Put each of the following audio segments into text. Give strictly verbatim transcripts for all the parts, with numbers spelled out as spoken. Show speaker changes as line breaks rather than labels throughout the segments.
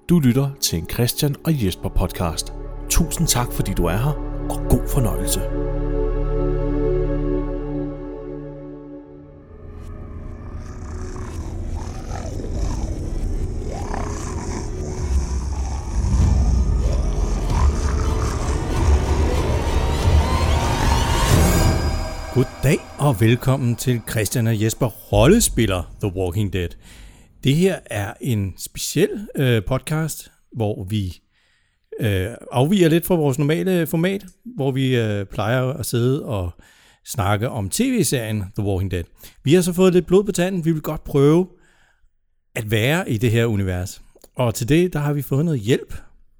Du lytter til en Christian og Jesper podcast. Tusind tak, fordi du er her, og god fornøjelse.
Goddag og velkommen til Christian og Jesper rollespiller The Walking Dead. Det her er en speciel øh, podcast, hvor vi øh, afviger lidt fra vores normale format, hvor vi øh, plejer at sidde og snakke om tv-serien The Walking Dead. Vi har så fået lidt blod på tanden. Vi vil godt prøve at være i det her univers. Og til det, der har vi fået noget hjælp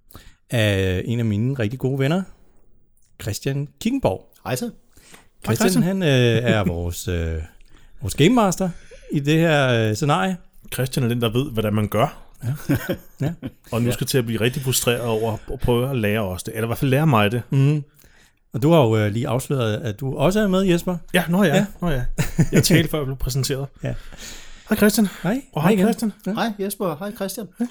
af en af mine rigtig gode venner, Christian Kickenborg.
Hej så.
Christian, han øh, er vores, øh, vores game master i det her øh, scenarie.
Christian er den, der ved, hvad man gør.
Ja. Ja.
Og nu skal til at blive rigtig frustreret over at prøve at lære os det. Eller i hvert fald lære mig det.
Mm. Og du har jo øh, lige afsløret, at du også er med, Jesper.
Ja, nå ja.
Ja.
Nå ja. Jeg talte før jeg blev præsenteret.
Ja.
Hej Christian.
Hej.
Og hej, hej
Christian.
Christian.
Ja. Hej Jesper, hej Christian.
Hej,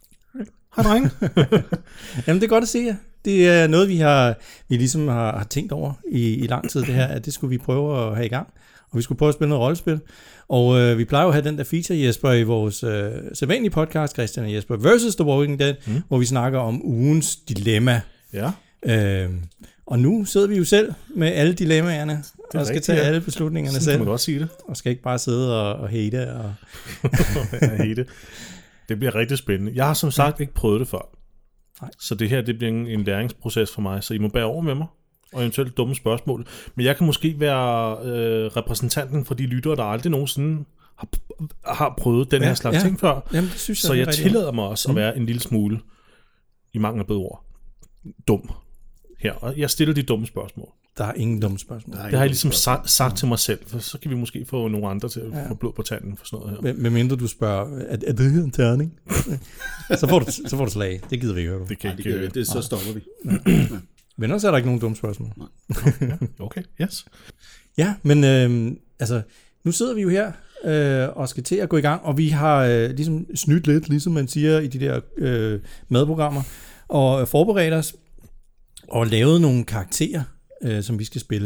hej drenge.
Jamen det er godt at se jer. Det er noget, vi har vi ligesom har, har tænkt over i, i lang tid, det her, at det skulle vi prøve at have i gang. Og vi skulle prøve at spille noget rollespil. Og øh, vi plejer jo at have den der feature, Jesper, i vores øh, sædvanlige podcast, Christian og Jesper versus The Walking Dead, mm. hvor vi snakker om ugens dilemma.
Ja.
Øh, og nu sidder vi jo selv med alle dilemmaerne, og skal
rigtigt,
tage
ja.
alle beslutningerne
Sådan
selv.
kan man godt sige det.
Og skal ikke bare sidde og, og hate. Og
Jeg hate. Det bliver rigtig spændende. Jeg har som sagt ikke prøvet det før.
Nej.
Så det her, det bliver en, en læringsproces for mig, så I må bære over med mig, og eventuelt dumme spørgsmål. Men jeg kan måske være øh, repræsentanten for de lyttere, der aldrig nogensinde har, har prøvet den
Ja,
her slags
ja.
ting før.
Jamen, det synes jeg,
Så
det er
jeg
rigtig
tillader mig også at være en lille smule, i mangel af bedre ord, dum her. Og jeg stiller de dumme spørgsmål.
Der er ingen dumme spørgsmål.
Det har jeg ligesom sagt, sagt til mig selv, for så kan vi måske få nogle andre til at
Ja.
få blod på tanden for sådan noget her.
Med, med mindre du spørger, er, er det her en terning? så, får du, så får du slag. Det gider vi ikke høre på.
Det kan
Nej, det,
ikke...
kan, det så stopper vi.
Men også er der ikke nogen dumme spørgsmål.
Ja, okay, yes.
Ja, men øh, altså, nu sidder vi jo her øh, og skal til at gå i gang, og vi har øh, ligesom snydt lidt, ligesom man siger i de der øh, madprogrammer, og forberedt os og lavet nogle karakterer, øh, som vi skal spille.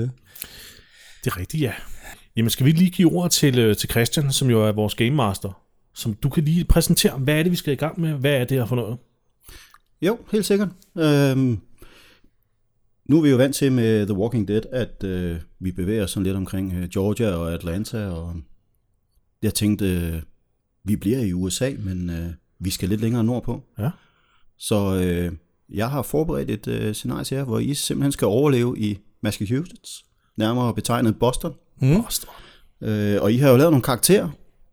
Det er rigtigt, ja. Jamen, skal vi lige give ordet til, til Christian, som jo er vores game master, som du kan lige præsentere, hvad er det, vi skal i gang med? Hvad er det her for noget?
Jo, helt sikkert. Øhm, nu er vi jo vant til med The Walking Dead, at øh, vi bevæger os sådan lidt omkring øh, Georgia og Atlanta, og jeg tænkte, øh, vi bliver i U S A, men øh, vi skal lidt længere nordpå.
Ja.
Så øh, jeg har forberedt et øh, scenarie til jer, hvor I simpelthen skal overleve i Massachusetts, nærmere betegnet Boston.
Mm.
Boston.
Øh, og I har jo lavet nogle karakterer,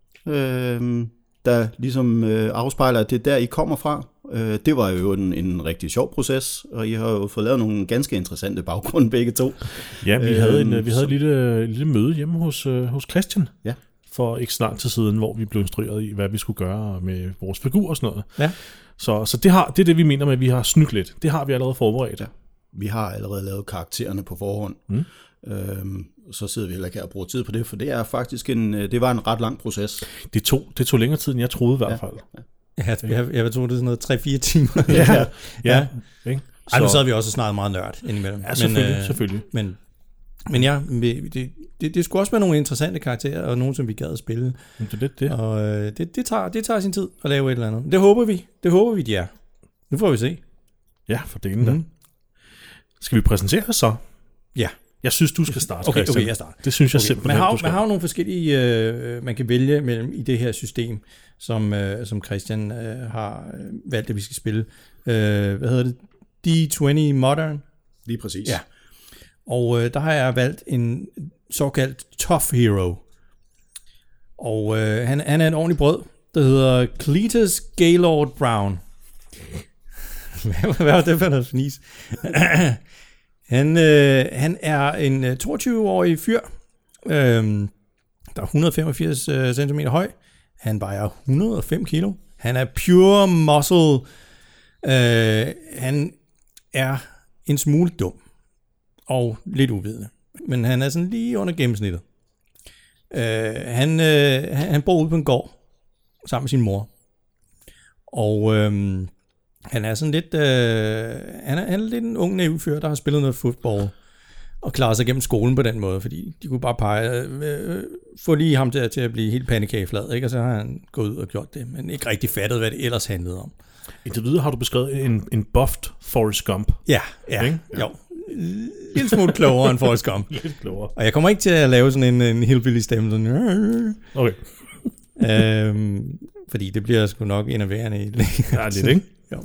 øh, der ligesom øh, afspejler, at det er der, I kommer fra. Øh, det var jo en, en rigtig sjov proces, og I har jo fået lavet nogle ganske interessante baggrunde begge to.
Ja, vi havde, en,
Øhm,
vi havde
så-
et lille, et lille møde hjemme hos, øh, hos Christian.
Ja.
For ikke så lang tid siden, hvor vi blev instrueret i, hvad vi skulle gøre med vores figur og sådan noget.
Ja.
Så, så det, har, det er det, vi mener med, at vi har snydt lidt. Det har vi allerede forberedt.
Ja. Vi har allerede lavet karaktererne på forhånd.
Mm.
Øhm, så sidder vi heller ikke her og bruger tid på det, for det er faktisk en, det var en ret lang proces.
Det tog, det tog længere tid, end jeg troede i hvert fald.
Ja.
Ja, jeg, jeg tror, det er sådan noget tre fire timer.
Ja, ja.
Ja.
Ikke?
Ej, nu
Så-
sad vi også snart meget nørd indimellem.
Ja, selvfølgelig,
men, øh,
selvfølgelig.
Men, men ja, det, det, det, det skulle også være nogle interessante karakterer, og nogle, som vi gad at spille.
Men det er lidt det.
Og øh, det, det, tager, det tager sin tid at lave et eller andet. Det håber vi. Det håber vi, de er. Nu får vi se.
Ja, for det mm. da.
Mhm.
Skal vi præsentere os så?
Ja.
Jeg synes, du skal starte,
Okay,
Christian.
okay, jeg starter.
Det synes jeg
Okay.
simpelthen,
Man har,
du
jo-
skal.
man har jo nogle forskellige, øh, man kan vælge mellem i det her system, som, øh, som Christian øh, har øh, valgt, at vi skal spille. Øh, hvad hedder det? D tyve Modern.
Lige præcis.
Ja. Og øh, der har jeg valgt en såkaldt tough hero. Og øh, han, han er en ordentlig brød, der hedder Cletus Gaylord Brown. hvad, hvad var det for noget fnis? han, øh, han er en øh, toogtyve-årig fyr, øh, der er et hundrede og femogfirs øh, centimeter høj. Han vejer et hundrede og fem kilo. Han er pure muscle. Øh, han er en smule dum og lidt uvidende. Men han er sådan lige under gennemsnittet. Øh, han, øh, han, han bor ude på en gård sammen med sin mor. Og øh, Han er sådan lidt, øh, han, er, han er lidt en ung naiv fyr, der har spillet noget fodbold og klaret sig gennem skolen på den måde, fordi de kunne bare pege, øh, få lige ham til, til at blive helt pandekageflad, ikke? Og så har han gået ud og gjort det, men ikke rigtig fattet, hvad det ellers handlede om.
Indtil videre har du beskrevet en, en buffed Forrest Gump.
Ja, ja,
ikke?
Jo. Lidt smule klogere end Forrest Gump.
Lidt klogere.
Og jeg kommer ikke til at lave sådan en, en hillbilly stemme, sådan,
okay.
øhm, fordi det bliver sgu nok enerverende i det.
Ja, lidt, ikke?
Jo.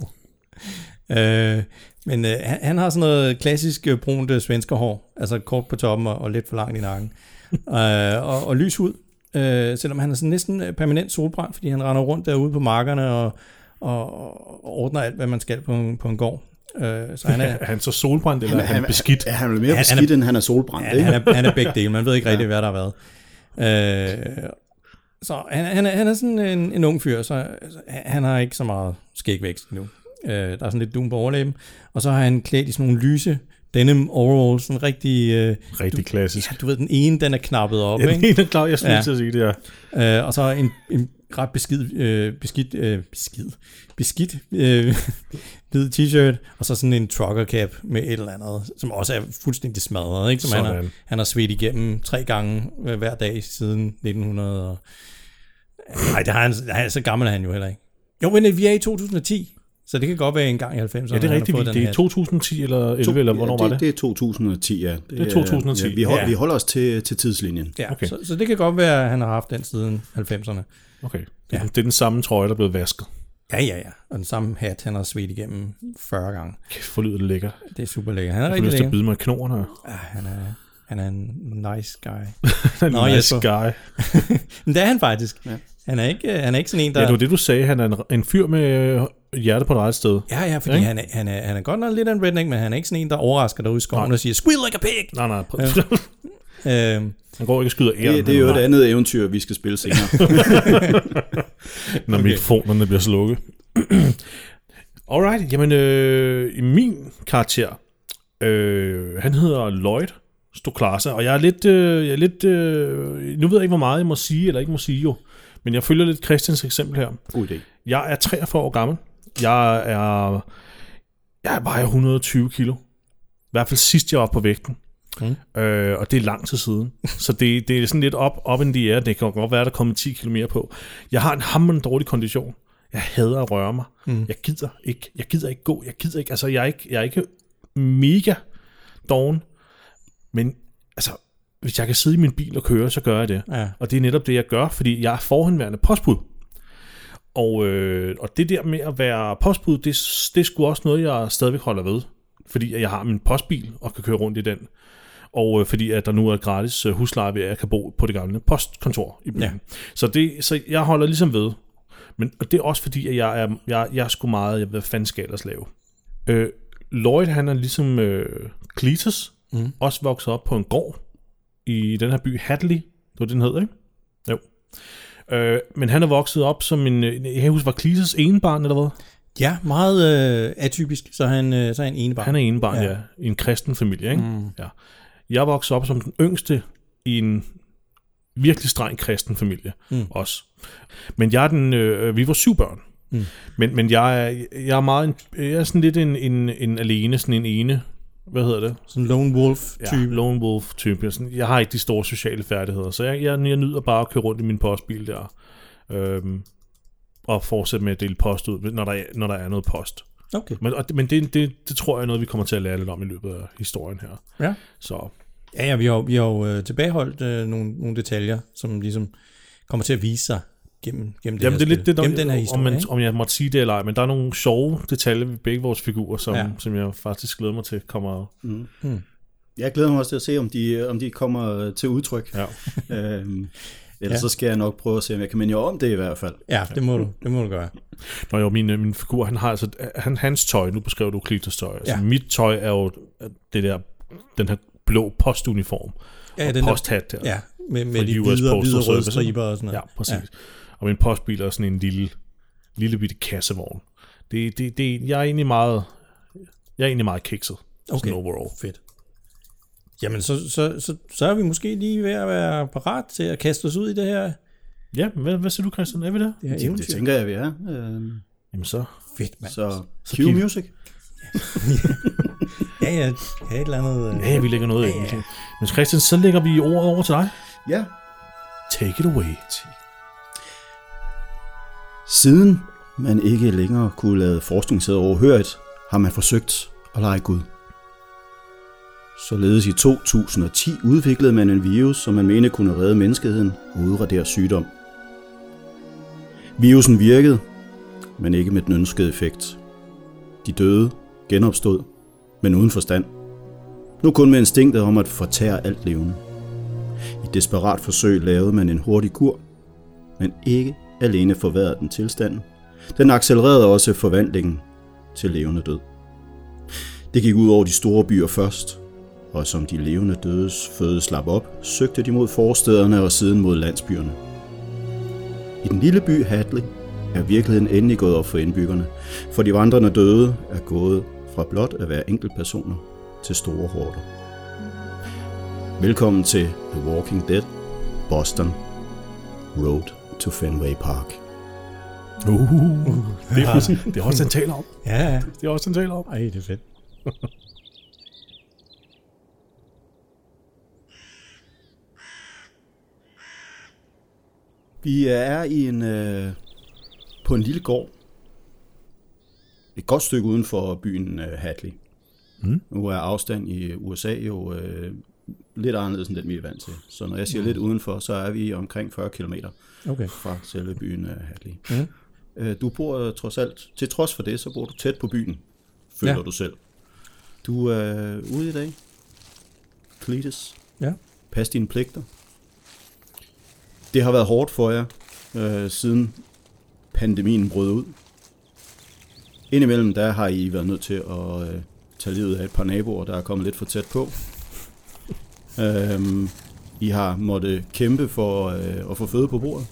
Øh, men øh, han, han har sådan noget klassisk øh, brunt øh, svenskerhår, altså kort på toppen og, og lidt for langt i nakken, øh, og, og lys ud, øh, selvom han er sådan næsten permanent solbrændt, fordi han render rundt derude på markerne og, og, og ordner alt, hvad man skal på en, på en gård. Øh, så han er,
er han så solbrændt, eller han, er han beskidt?
Ja, han er mere han, beskidt, han er, end han er solbrændt.
Ja, han, er, han er begge dele, man ved ikke rigtig, hvad der har været. Øh, så han, han, er, han er sådan en, en ung fyr, så altså, han har ikke så meget skægvækst endnu. Øh, der er sådan lidt dun på overlæben, og så har han klædt i sådan nogle lyse denim overalls, sådan rigtig... Øh,
rigtig
du,
klassisk.
Ja, du ved, den ene, den er knappet op,
ja,
ikke?
den ene er klar, jeg skulle ja. til at sige det her.
Øh, og så en, en ret beskid, øh, beskidt, øh, beskid, beskidt øh, hvid t-shirt, og så sådan en trucker cap med et eller andet, som også er fuldstændig smadret, ikke? Som han har, han har svedt igennem tre gange hver dag siden nitten hundrede. Og... Nej, det har han, han, så gammel er han jo heller ikke. Jo, men vi er i to tusind og ti, så det kan godt være en gang i halvfemserne.
Ja, det er rigtigt. Det er to tusind og ti eller elleve, to, eller hvornår
ja, det,
var det?
Det er to tusind og ti, ja. Det,
det er to tusind og ti.
Ja, vi, hold, ja. vi holder os til, til tidslinjen.
Ja, okay. så, så det kan godt være, at han har haft den siden halvfemserne.
Okay, det, ja. det er den samme trøje, der er blevet vasket.
Ja, ja, ja. Og den samme hat, han har svedt igennem fyrre gange.
Kæft, for lyder det lækkert.
Det er super lækkert. Han er
jeg
rigtig lækker.
Jeg får lyst til at bide mig i knoren her.
Ja, han er, han er en nice guy.
en Nå, nice guy.
Men det er han faktisk. Ja. Han er ikke, han er ikke sådan en, der...
Ja, det var det, du sagde. Han er en, en fyr med hjerte på et rette sted.
Ja, ja, fordi ja, han, er, han, er, han er godt nok lidt af en redneck, men han er ikke sådan en, der overrasker dig ude i skoven nej. og siger, squeal like a pig!
Nej, nej.
Ja. øhm,
han går ikke og skyder æren.
Det, det er jo et andet eventyr, vi skal spille senere.
Når okay. mikrofonerne bliver slukket. Alright, jamen øh, i min karakter, øh, han hedder Lloyd Stoklasa, og jeg er lidt, øh, jeg er lidt øh, nu ved jeg ikke, hvor meget jeg må sige, eller ikke må sige jo, men jeg følger lidt Christians eksempel her.
God idé.
Jeg er treogfyrre år gammel. Jeg er, jeg vejer et hundrede og tyve kilo. I hvert fald sidst jeg var på vægten. Mm. Øh, og det er lang tid siden. Så det, det er sådan lidt op, op in the air. Det kan godt være, der kommer ti kilo mere på. Jeg har en hammerende dårlig kondition. Jeg hader at røre mig. Mm. Jeg gider ikke. Jeg gider ikke gå. Jeg gider ikke. Altså, jeg er ikke, jeg er ikke mega doven. Men altså, hvis jeg kan sidde i min bil og køre, så gør jeg det. Ja. Og det er netop det, jeg gør, fordi jeg er forhenværende postbud. Og, øh, og det der med at være postbud, det, det er sgu også noget, jeg stadigvæk holder ved. Fordi jeg har min postbil og kan køre rundt i den. Og øh, fordi at der nu er gratis husleje ved, at jeg kan bo på det gamle postkontor i byen. Ja. Så, det, så jeg holder ligesom ved. Men og det er også fordi, at jeg er, jeg, jeg er sgu meget, jeg ved, fanden skal ellers lave. Øh, Lloyd, han er ligesom øh, Cletus, mm. også vokset op på en gård i den her by, Hadley, det var den hed, ikke? Jo. Øh, men han er vokset op som en, jeg husker, var Cletus ene barn, eller hvad?
Ja, meget øh, atypisk, så han, øh, så er han ene barn.
Han er ene barn, ja. ja. I en kristen familie, ikke? Mm. Ja. Jeg voksede op som den yngste i en virkelig streng kristen familie, mm. også. Men jeg er den, øh, vi var syv børn. Mm. Men, men jeg, er, jeg er meget, en, jeg er sådan lidt en, en, en alene, sådan en ene, hvad hedder det?
Sådan en lone wolf-type.
Ja, lone wolf-type. Jeg, sådan, jeg har ikke de store sociale færdigheder, så jeg, jeg, jeg nyder bare at køre rundt i min postbil der. Øhm, og fortsætte med at dele post ud, når der er, når der er noget post.
Okay.
Men, og, men det, det, det tror jeg er noget, vi kommer til at lære lidt om i løbet af historien her.
Ja.
Så.
Ja, ja, vi har, vi har jo øh, tilbageholdt øh, nogle, nogle detaljer, som ligesom kommer til at vise sig gennem, gennem, det,
Jamen,
her
det er lidt det, der,
gennem den her historie.
Om, man, om jeg måtte sige det eller ej, men der er nogle sjove detaljer ved begge vores figurer, som, ja. som jeg faktisk glæder mig til kommer.
Mm. Mm. Jeg glæder mig også til at se, om de, om de kommer til udtryk. Ja. øhm, Ellers ja. så skal jeg nok prøve at se, om jeg kan minde om det i hvert fald.
Ja, det må du, det må du gøre.
Nå jo, min, min figur, han har altså, han, hans tøj, nu beskrev du Cletus tøj, altså ja. mit tøj er jo det der, den her blå postuniform,
ja,
og
den
posthat der.
Ja, med, med de hvide og røde striber og sådan noget.
Ja, præcis. Ja. Og min postbil er sådan en lille, lille bitte kassevogn. Det, det, det, jeg er egentlig meget, jeg er egentlig meget kikset.
Okay,
overall.
Fedt. Jamen, så, så, så, så er vi måske lige ved at være parat til at kaste os ud i det her.
Ja, hvad, hvad siger du, Christian? Er vi der?
Det, det, det tænker jeg, vi er. Øh,
Jamen så...
Fedt, mand.
Så
Så
cue
kig-
music.
Ja, ja, ja, et eller andet... Øh...
Ja, vi lægger noget
Ja,
ind.
ja.
Men Christian, så lægger vi ordet over til dig.
Ja.
Take it away.
Siden man ikke længere kunne lade forskningssæde overhørigt, har man forsøgt at lege Gud. Således i to tusind og ti udviklede man en virus, som man mente kunne redde menneskeheden og udradere sygdom. Virusen virkede, men ikke med den ønskede effekt. De døde genopstod, men uden forstand. Nu kun med instinktet om at fortære alt levende. I desperat forsøg lavede man en hurtig kur, men ikke alene forværrede den tilstanden. Den accelererede også forvandlingen til levende død. Det gik ud over de store byer først, og som de levende dødes føde slap op, søgte de mod forstæderne og siden mod landsbyerne. I den lille by Hadley er virkeligheden endelig gået op for indbyggerne, for de vandrende døde er gået fra blot at være enkeltpersoner til store horder. Velkommen til The Walking Dead, Boston Road to Fenway Park.
Uh, det, er også, det er også, han taler om.
Ja, ja.
Det er også, han taler om.
Ej, det er fedt.
Vi er i en, øh, på en lille gård. Et godt stykke uden for byen øh, Hadley.
Mm.
Nu er afstand i U S A jo øh, lidt anderledes end den, vi er vant til. Så når jeg siger mm. lidt udenfor, så er vi omkring fyrre kilometer
Okay.
fra selve byen øh, Hadley.
Mm.
Øh, du bor øh, trods alt, til trods for det, så bor du tæt på byen, føler
Ja.
du selv. Du er øh, ude i dag. Cletus.
Ja.
Pas dine pligter. Det har været hårdt for jer, øh, siden pandemien brød ud. Indimellem der har I været nødt til at øh, tage livet af et par naboer, der er kommet lidt for tæt på. øhm, I har måttet kæmpe for øh, at få føde på bordet.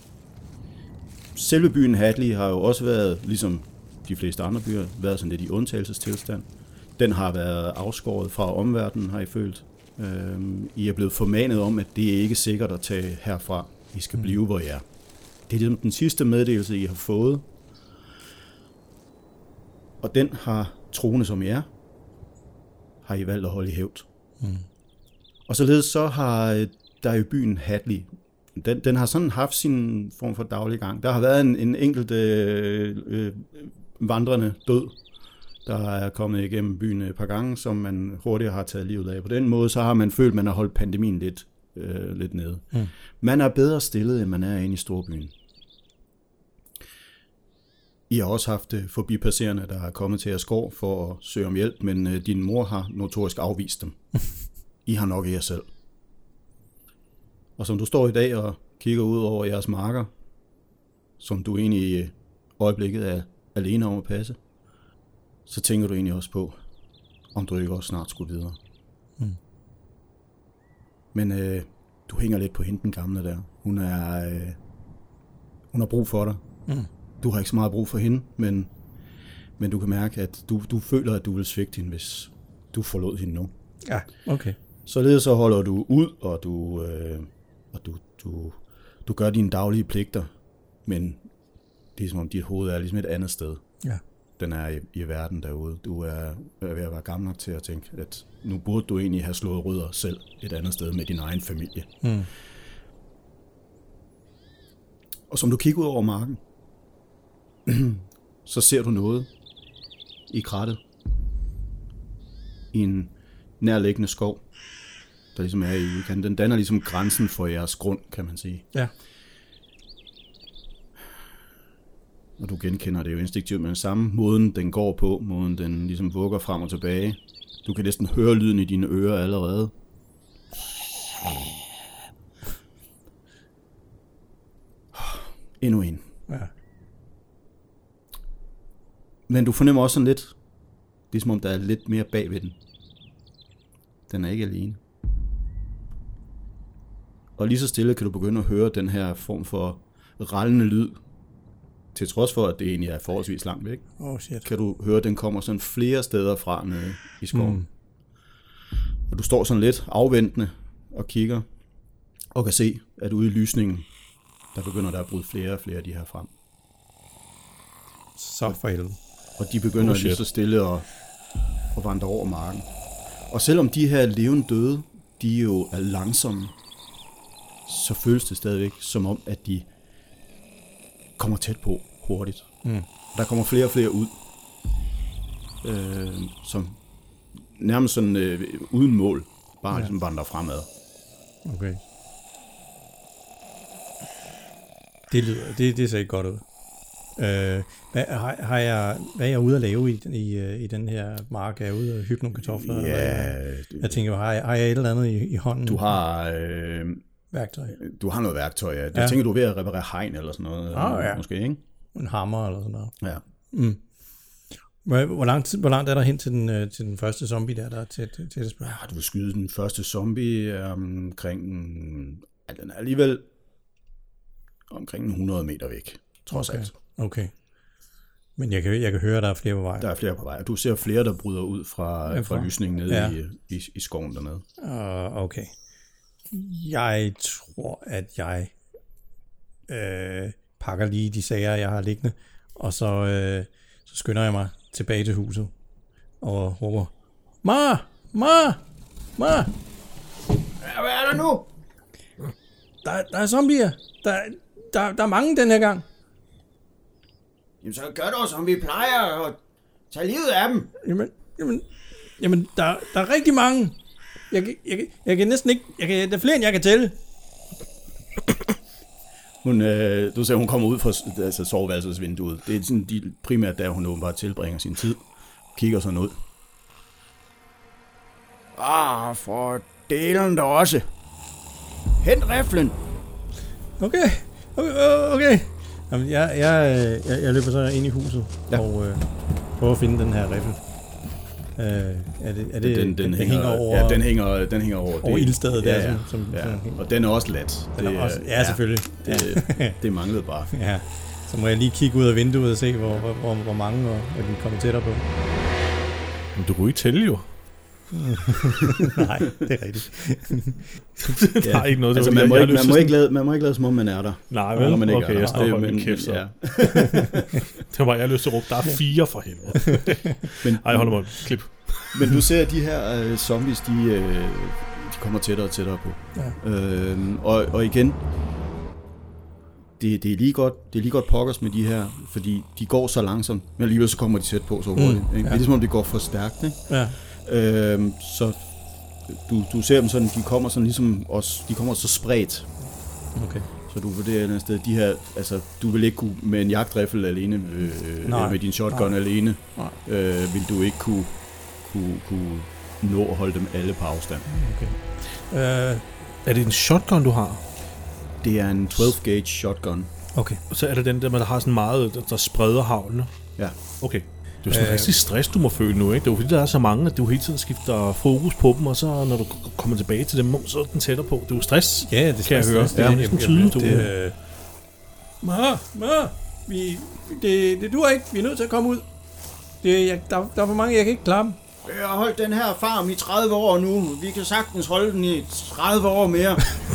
Selve byen Hadley har jo også været, ligesom de fleste andre byer, været sådan lidt i undtagelsestilstand. Den har været afskåret fra omverdenen, har I følt. Øhm, I er blevet formanet om, at det er ikke sikkert at tage herfra. I skal blive, hvor I er. Det er ligesom den sidste meddelelse, I har fået. Og den har, troende som I er, har I valgt at holde i hævd.
Mm.
Og således så har der i byen Hadley, den, den har sådan haft sin form for daglig gang. Der har været en, en enkelt øh, øh, vandrende død, der er kommet igennem byen et par gange, som man hurtigt har taget livet af. På den måde så har man følt, at man har holdt pandemien lidt, øh, lidt nede. Mm. Man er bedre stillet, end man er inde i storbyen. I har også haft forbipasserende, der er kommet til jeres gård for at søge om hjælp, men øh, din mor har notorisk afvist dem. I har nok i jer selv. Og som du står i dag og kigger ud over jeres marker, som du egentlig i øjeblikket er alene om at passe, så tænker du egentlig også på, om du ikke også snart skulle videre. Mm. Men øh, du hænger lidt på hende, den gamle der. Hun er, øh, hun har brug for dig. Mm. Du har ikke så meget brug for hende, men, men du kan mærke, at du, du føler, at du vil svigte hende, hvis du forlod hende nu.
Ja, okay.
Således så holder du ud, og du, øh, og du, du, du gør dine daglige pligter, men det er som om dit hoved er ligesom et andet sted.
Ja.
Den er i, i verden derude. Du er ved at være gammel nok til at tænke, at nu burde du egentlig have slået rødder selv et andet sted med din egen familie. Mm. Og som du kigger ud over marken, så ser du noget i krattet. I en nærliggende skov, der ligesom er i udkanten. Den danner ligesom grænsen for jeres grund, kan man sige.
Ja.
Og du genkender det jo instinktivt med den samme måden, den går på, måden den ligesom vugger frem og tilbage. Du kan næsten høre lyden i dine ører allerede. Endnu en.
Ja.
Men du fornemmer også sådan lidt, det er som om der er lidt mere bag ved den. Den er ikke alene. Og lige så stille kan du begynde at høre den her form for rallende lyd, til trods for, at det egentlig er forholdsvis langt væk.
Oh shit.
Kan du høre, at den kommer sådan flere steder fra nede i skoven. Mm. Og du står sådan lidt afventende og kigger, og kan se, at ude i lysningen, der begynder der at bryde flere og flere af de her frem.
Så for helvede.
Og de begynder
Oh,
lige så stille at, at vandre over marken. Og selvom de her levende døde, de jo er langsomme, så føles det stadigvæk som om, at de kommer tæt på hurtigt.
Mm.
Der kommer flere og flere ud, øh, som nærmest sådan øh, uden mål, bare ja. ligesom vandrer fremad.
Okay. Det lyder, det, det ser ikke godt ud. Øh, hvad, har, har jeg, hvad er jeg ude at lave i, i, i den her mark? Er jeg ude og hygge nogle kartofler?
Ja,
jeg tænker, har jeg, har jeg et eller andet i, i hånden?
du har øh,
værktøj.
Du har noget værktøj, ja. Jeg
ja.
tænker, du er ved at reparere hegn eller sådan noget.
Ah, ja.
Måske, ikke?
En hammer eller sådan noget.
Ja.
Mm. Hvor, hvor, langt, hvor langt er der hen til den, til den første zombie, der, der er til, til, til det spørgsmål?
Ja, du vil skyde den første zombie omkring... Ja, den er alligevel omkring hundrede meter væk, trods
okay.
alt.
Okay. Men jeg kan, jeg kan høre, at der er flere på vej.
Der er flere på vej. Du ser flere, der bryder ud fra, ja, fra lysningen nede ja. i, i, i skoven dernede.
Uh, okay. Jeg tror, at jeg øh, pakker lige de sager, jeg har liggende, og så, øh, så skynder jeg mig tilbage til huset og råber, Ma! Ma! Ma!
Ja, hvad er der nu?
Der, der er zombier. Der, der, der er mange den her gang.
Jamen, så gør dog, som vi plejer, og tag livet af dem.
Jamen, jamen, jamen der, der er rigtig mange. Jeg, jeg, jeg, jeg kan næsten ikke... Jeg kan, der er flere, end jeg kan tælle.
Hun, øh, du ser, hun kommer ud fra altså, soveværelsesvinduet. Det er sådan de, primært der, hun åbenbart tilbringer sin tid. Kigger sådan ud. Ah, for delen der også. Hent riflen.
Okay, okay, okay. Jamen, jeg, jeg, jeg, jeg løber så ind i huset ja. og øh, prøver at finde den her riffel. Øh, er det, er det
den, den,
den,
hænger,
hænger over?
Ja, den hænger, den hænger over.
Over ildstedet
ja,
der.
ja,
Som, som,
ja.
Som,
og den er også let.
Den
det,
er også, ja, selvfølgelig.
Ja, det, det manglede bare.
Ja. Så må jeg lige kigge ud af vinduet og se, hvor, hvor, hvor, hvor mange og, og de kommer tættere på.
Men du kunne ikke tælle jo.
Nej, det er rigtigt.
Der er ikke noget,
altså, man, må ikke, man, må ikke lade, man må ikke lade, som om man er der.
Nej, vel? Man ikke
okay,
jeg stopper
det,
min kæft, så.
Ja.
Det var jeg har lyst til at råbe, der er fire for helvede. Men, Ej, hold mig, klip.
Men du ser, at de her uh, zombies, de, uh, de kommer tættere og tættere på. Ja. Øhm, og, og igen, det, det, er lige godt, det er lige godt pokkers med de her, fordi de går så langsomt, men alligevel så kommer de tæt på så hurtigt. Mm, ja. Det er ligesom om det går for stærkt, ikke? Ja. Øhm, så du, du ser dem sådan, de kommer sådan ligesom også, de kommer så spredt.
Okay.
Så du vurderer et eller andet sted, de her, altså du vil ikke kunne med en jagtriffel alene, øh, eller med din shotgun Nej. alene, Nej. Øh, vil du ikke kunne, kunne, kunne nå at holde dem alle på afstand.
Okay. Uh,
er det en shotgun, du har?
Det er en tolv gauge shotgun.
Okay. Så er det den der, der har sådan meget, der, der spreder havlene?
Ja.
Okay. Det er jo sådan en øh, rigtig stress, du må føle nu, ikke? Det er jo fordi, der er så mange, at du hele tiden skifter fokus på dem, og så når du kommer tilbage til dem, så er den tættere på. Det er jo stress,
ja, det
kan jeg høre. Det er næsten tydeligt.
Øh... Ma, ma, vi, det, det duer ikke. Vi er nødt til at komme ud. Det, jeg, der, der er for mange, jeg kan ikke klare dem.
Jeg har holdt den her farm i tredive år nu. Vi kan sagtens holde den i tredive år mere.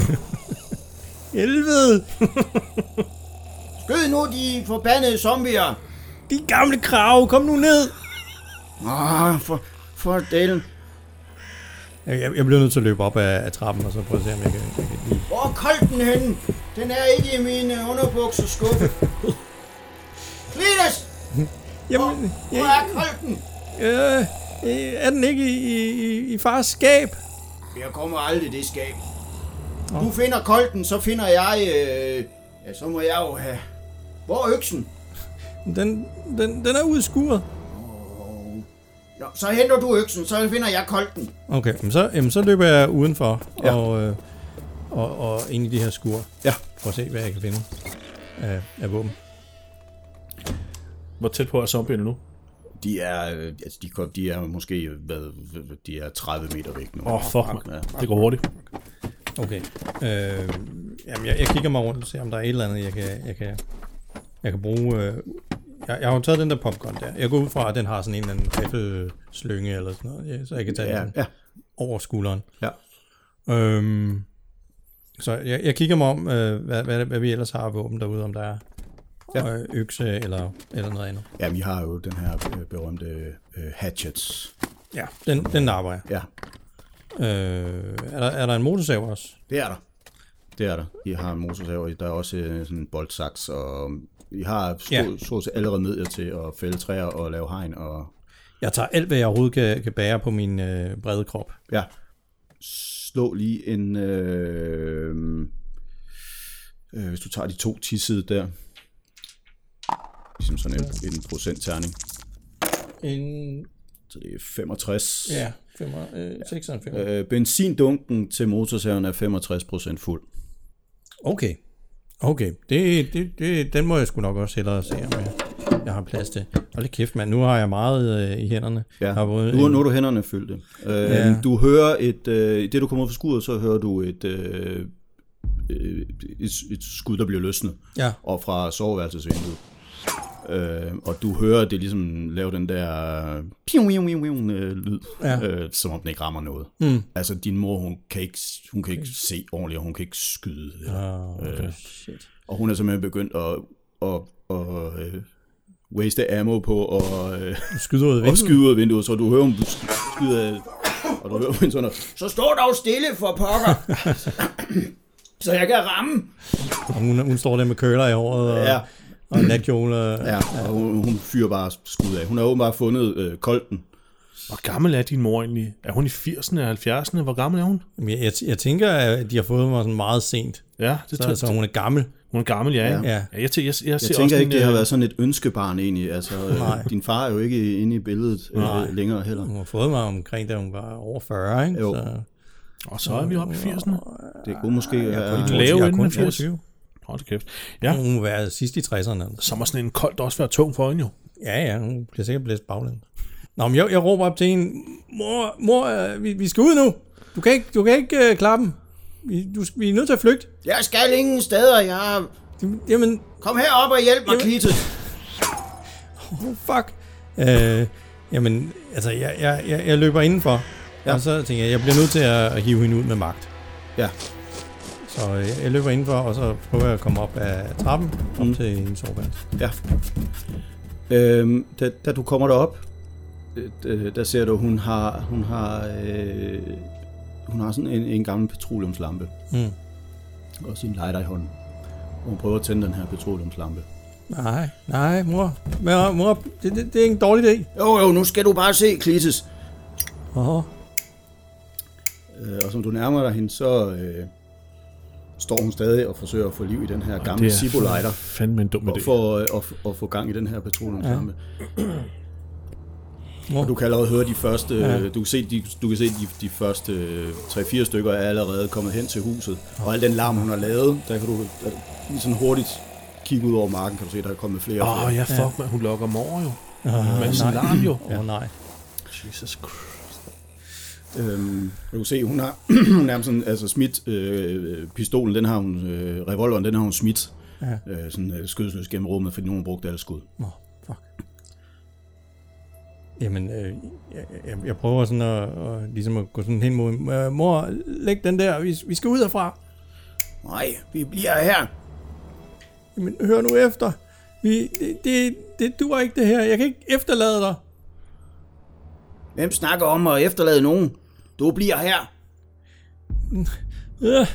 Helvede!
Skyd nu, de forbandede zombier!
De gamle krav, kom nu ned!
Åh, for, for delen.
Jeg, jeg, jeg bliver nødt til at løbe op af, af trappen, og så prøve at se, om jeg kan, jeg kan lige...
Hvor er kolden henne? Den er ikke i mine underbukser skuffe. Cletus!
Jamen,
hvor,
jeg,
hvor er kolden?
Øh, er den ikke i, i, i fars skab?
Jeg kommer aldrig i det skab. Du finder kolden, så finder jeg... Øh, ja, så må jeg jo have... Hvor er øksen?
Den, den, den er ude i skuret.
Oh. Nå, så henter du øksen, så finder jeg kolden.
Okay, jamen så, jamen så løber jeg udenfor ja. og, øh, og, og ind i de her skur.
Ja.
For at se, hvad jeg kan finde af, af våben.
Hvor tæt på er zombierne nu?
De er, altså de, de er måske hvad, de er tredive meter væk nu.
Åh, oh, fuck, man. Ja. Det går hurtigt.
Okay. Øh, jamen, jeg, jeg kigger mig rundt og ser, om der er et eller andet, jeg kan, jeg kan, jeg kan bruge. Øh, jeg, jeg har jo taget den der popcorn der. Jeg går ud fra, at den har sådan en eller anden riffelslynge eller sådan noget, ja, så jeg kan tage
ja,
den
ja.
over skulderen.
Ja.
Øhm, så jeg, jeg kigger mig om, øh, hvad, hvad, hvad vi ellers har af våben derude, om der er ja. øh, økse eller, eller noget andet.
Ja, vi har jo den her øh, berømte øh, hatchets.
Ja, den, den napper jeg.
Ja.
Øh, er, der, er der en motorsav også?
Det er der. Det er der. I har en motorsav, der er også øh, sådan en boltsaks, og I har stort set ja. allerede midler til at fælde træer og lave hegn. Og...
Jeg tager alt, hvad jeg overhovedet kan, kan bære på min øh, brede krop.
Ja. Slå lige en... Øh, øh, hvis du tager de to tissede der. Ligesom sådan en, en procentterning.
En...
Så det er femogtres.
Ja, seksoghalvfems.
Øh, benzindunken til motorsaven er femogtres procent fuld.
Okay. Okay, det, det, det, den må jeg sgu nok også hellere se, om jeg, jeg har plads til. Hold kæft, mand. Nu har jeg meget øh, i hænderne.
Ja, nu, nu har du hænderne fyldte. Øh, ja. Du hører et... Øh, det du kommer ud fra skuret, så hører du et, øh, et, et skud, der bliver løsnet.
Ja.
Og fra soveværelsesvinduet. Øh, og du hører det ligesom lave den der piu, piu, piu, piu, lyd, ja. øh, som om den ikke rammer noget. Mm. Altså din mor, hun kan ikke, hun kan ikke se ordentligt, og hun kan ikke skyde.
Oh, okay.
øh, og hun er simpelthen begyndt at, at, at, at uh, waste ammo på at uh,
skyde ud af vinduet.
skyde ud af vinduet, så du hører hun skyde, og du hører hun sådan noget, så står dog stille for pokker, så jeg kan ramme.
Og hun, hun står der med køler i håret og... Ja. Og natkjole.
Ja, og hun, hun fyrer bare skud af. Hun har åbenbart fundet øh, kolten.
Hvor gammel er din mor egentlig? Er hun i firserne og halvfjerdserne? Hvor gammel er hun?
Jeg, jeg, jeg tænker, at de har fået mig sådan meget sent.
Ja, det
så, så hun er gammel.
Hun er gammel, ja.
ja.
ja. Jeg, jeg, jeg, jeg,
jeg tænker ikke, det har været sådan et ønskebarn egentlig. Altså, øh, din far er jo ikke inde i billedet øh, længere heller.
Hun har fået mig omkring, da hun var over fyrre, ikke?
Jo.
Så...
Og så er vi oppe i firserne.
Det kunne måske
ja,
være...
Jeg, jeg, jeg er kun fireogtyve.
Hold da kæft. Ja.
Hun må være sidst i tresserne.
Så må sådan en koldt også være tung for hende jo.
Ja, ja, hun bliver sikkert blæst baglæns. Nå, men jeg, jeg råber op til hende, mor, mor vi, vi skal ud nu. Du kan ikke, du kan ikke uh, klappe dem. Vi, du, vi er nødt til at flygte.
Jeg skal ingen steder, jeg...
Jamen...
Kom herop og hjælp mig, Klitus.
Oh, fuck. Uh, jamen, altså, jeg, jeg, jeg, jeg løber indenfor. Ja. Og så tænker jeg, jeg bliver nødt til at hive hende ud med magt.
Ja.
Så jeg løber indenfor, og så prøver jeg at komme op af trappen, op mm. til en soveværelse.
Ja. Øhm, da, da du kommer derop, øh, der ser du, hun har, hun har, øh, hun har sådan en, en gammel petroleumslampe. Mm. Og sin lighter i hånden. Og hun prøver at tænde den her petroleumslampe.
Nej, nej, mor. Mor, mor det, det, det er ikke en dårlig idé.
Jo, jo, nu skal du bare se, Klitus.
Åh.
Øh, og som du nærmer dig hende, så... Øh, står hun stadig og forsøger at få liv i den her gamle Zippo-lighter.
Fandme en dum idé.
Og få, og, og få gang i den her petroleumslampe. Ja. Og du kan allerede høre de første, ja. du kan se, de, du kan se de, de første tre fire stykker er allerede kommet hen til huset. Og al den larm, hun har lavet, der kan du lige sådan hurtigt kigge ud over marken, kan du se, der er kommet flere og flere.
Åh, oh, ja, fuck, ja. Man, hun lokker mig over jo.
Uh,
Men sådan larm jo.
Åh, oh, nej.
Jesus Christ.
Øhm, du kan se, hun har nærmest sådan, altså smidt øh, pistolen, den har hun, øh, revolveren, den har hun smidt ja. øh, sådan øh, skødesløs gennem rummet, fordi nogen brugte alle skud.
Åh, oh, fuck. Jamen, øh, jeg, jeg, jeg prøver sådan at, at, ligesom at gå sådan hen mod, øh, mor, læg den der, vi, vi skal ud herfra.
Nej, vi bliver her.
Jamen, hør nu efter. Vi, det, det, det duer ikke det her, jeg kan ikke efterlade dig.
Hvem snakker om at efterlade nogen? Du bliver her.
Ja.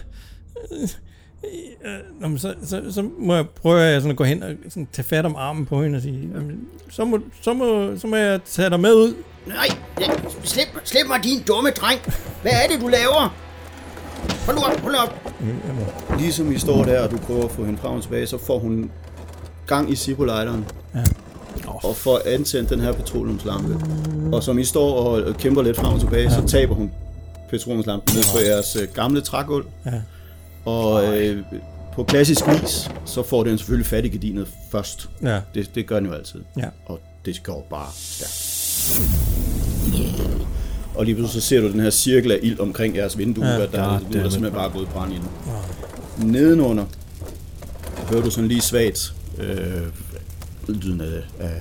Nå, men så, så, så må jeg prøve at, sådan at gå hen og sådan, tage fat om armen på hende og sige, så må, så, må, så må jeg tage dig med ud.
Nej, slip, slip mig, din dumme dreng. Hvad er det, du laver? Hold nu op, hold nu op. Jamen. Ligesom I står der, og du prøver at få hende frem og tilbage, så får hun gang i Zippo-lighteren. Ja. Og får antændt den her petroleumslampe. Og som I står og kæmper lidt frem og tilbage, ja. Så taber hun petroleumslampen ned på jeres øh, gamle trægulv. Ja. Og øh, på klassisk vis, så får den selvfølgelig fat i gardinet først. Ja. Det, det gør den jo altid. Ja. Og det går bare stærkt. Og lige pludselig så ser du den her cirkel af ild omkring jeres vindue, ja, der, der, der, der er simpelthen bare gået brand i den. Ja. Nedenunder hører du sådan lige svagt øh, lyden af, af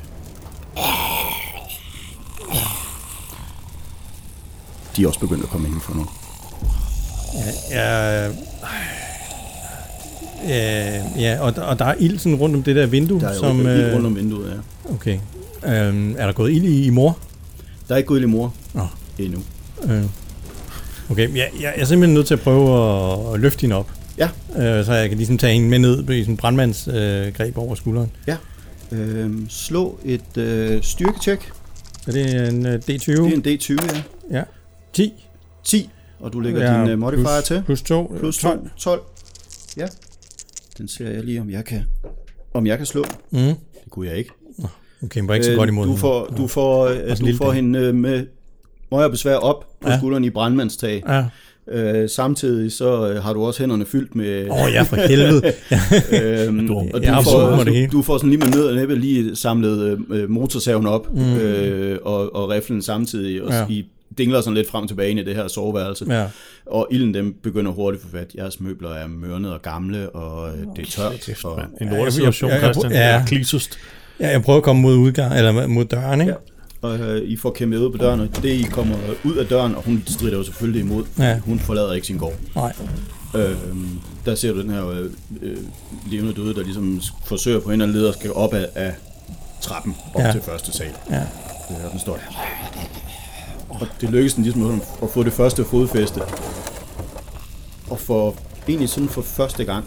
de er også begyndt at komme indenfor nu.
Ja, ja, Ja, ja og, der, og der er ild sådan rundt om det der vindue.
Der er jo
som,
ild
øh,
rundt om vinduet, ja.
Okay. Øhm, er der gået ild i, i mor?
Der er ikke gået ild i mor
Nå.
endnu.
Øh. Okay, jeg, jeg er simpelthen nødt til at prøve at, at løfte hende op.
Ja.
Øh, så jeg kan ligesom tage hende med ned i sådan en brandmandsgreb øh, greb over skulderen.
Ja. Øhm, slå et øh, styrketjek.
Er det en uh, D tyve?
Det er en D tyve, ja.
Ja. ti.
ti, og du lægger
Ja,
din uh, modifier
plus,
til.
Plus to.
Plus tolv. tolv. Ja. Den ser jeg lige, om jeg kan, om jeg kan slå.
Mm.
Det kunne jeg ikke.
Okay, men var ikke så øh, godt imod
du får,
hende.
du får, øh, du får hende øh, med møjerbesvær op på ja. skulderen i brandmandstag.
Ja.
Øh, samtidig så øh, har du også hænderne fyldt med...
Åh oh, ja, for helvede.
øhm,
du,
og
jeg
du, får,
det hele.
du får sådan lige med nød og næppe lige samlet øh, motorsaven op mm. øh, og, og riflen samtidig, og ja. I dingler sådan lidt frem og tilbage ind i det her soveværelse. Ja. Og ilden dem begynder hurtigt at få fat. Jeres møbler er mørnet og gamle, og øh, det er tørt. Og,
en lortesituation, Christian.
Ja,
Klisus.
Ja, jeg prøver at komme mod udgang, eller mod døren, ikke?
Ja. Og øh, I får kæmpet ud på døren, og det I kommer ud af døren, og hun strider jo selvfølgelig imod.
Ja.
Hun forlader ikke sin gård.
Nej.
Øh, der ser du den her øh, øh, levende døde, der ligesom forsøger på hende og leder skal op af, af trappen op ja. til første sal.
Ja.
Og den står der. Og det lykkes den ligesom at få det første fodfæste. Og for egentlig sådan for første gang,